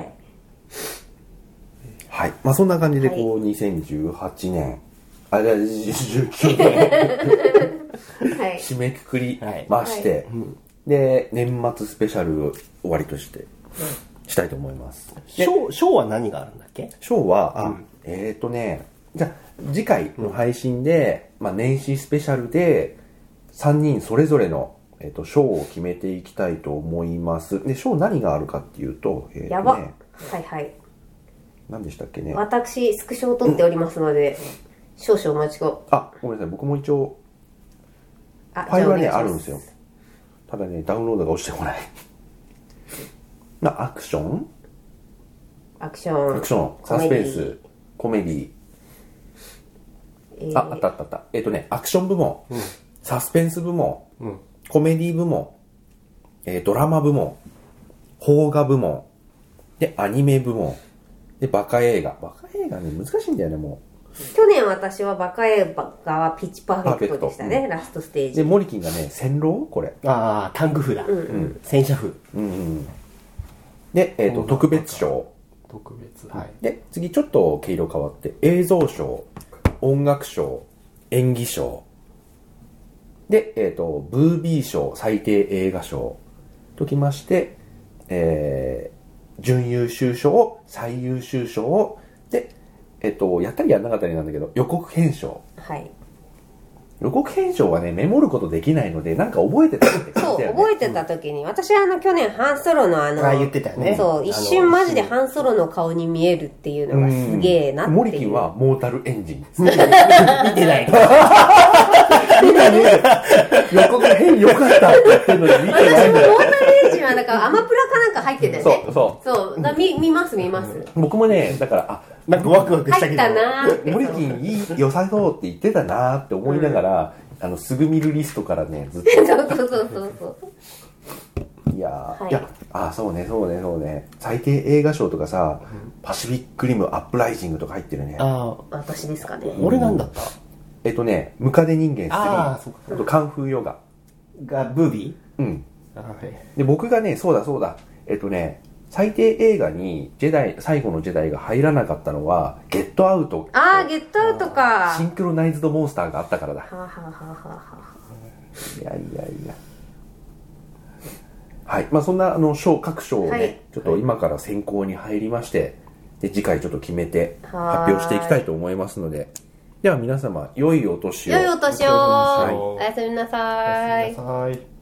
はい。まあそんな感じでこう、はい、にせんじゅうはちねん、あ、じゃあじゅうきゅうねん、はい、締めくくりまして、はいはい、で、年末スペシャルを終わりとして、したいと思います。 ショー、ショーは何があるんだっけ？ ショーは、あ、うん、えーとね、じゃあ次回の配信で、うん、まあ年始スペシャルで、さんにんそれぞれの、えーと、ショーを決めていきたいと思います。で、ショー何があるかっていうと、えーとね、 やば。はいはい。 何でしたっけね。 私スクショを撮っておりますので、うん、少々お待ちを。 あ、ごめんなさい。僕も一応ファイルはねあるんですよ。ただねダウンロードが落ちてこない。なアクション、 アクション、 アクション、サスペンス、コメディ。えー、あ、あったあったあった。えっ、ー、とねアクション部門、うん、サスペンス部門、うん、コメディ部門、えー、ドラマ部門、邦画部門でアニメ部門。で、バカ映画。バカ映画ね、難しいんだよね、もう。去年私はバカ映画はピッチパーフェクトでしたね、うん、ラストステージ。 で、モリキンがね、戦狼これ。 ああ、タングフだ。うんうん。戦車風。うんうん。 で、えっ、ー、と、特別賞。 特別。はい。 で、次ちょっと毛色変わって、映像賞、音楽賞、演技賞。で、えっ、ー、と、ブービー賞、最低映画賞。ときまして、えー、準優秀賞、最優秀賞で、えっと、やったりやんなかったりなんだけど、予告編賞。 はい。 予告編賞はね、メモることできないので、なんか覚えてたって感じだよね。そう、覚えてた時に、私はあの、去年、ハンソロのあの、 あ、言ってたよね。 そう、一瞬マジでハンソロの顔に見えるっていうのがすげえなっていう。 モリキンはモータルエンジン。 見てない。 今ね、予告編良かったって言ってるのに見てないんだよ。私もモータルエンジンはなんかアマプラかなんか入ってたよね。 そうそう。 そう、だ見、見ます見ます。 僕もね、だから、あ、 なんかワクワクしたけど。 入ったなーって。 モリキンいい、良さそうって言ってたなーって思いながら、うん、あの、すぐ見るリストからね、ずっと。 そうそうそうそうそう。 いやー、はい、いや、あ、そうね、そうね、そうね。最低映画賞とかさ、うん、パシフィックリムアップライジングとか入ってるね。 ああ、私ですかね。 俺なんだった？ えっとね、ムカデ人間スリー、あとカンフーヨガ。 が、ブービー？うん。はい。で、僕がね、そうだそうだ、えっとね、最低映画にジェダイ、最後のジェダイが入らなかったのは、ゲットアウト。 ああ、ゲットアウトか。 シンクロナイズドモンスターがあったからだ。はあ、はあはあはあ、いやいやいや。はい。まあそんな、あの、賞、各賞をね、はい、ちょっと今から選考に入りまして、で、次回ちょっと決めて発表していきたいと思いますので、では皆様、良いお年を。 良いお年を。おやすみなさい。 おやすみなさい。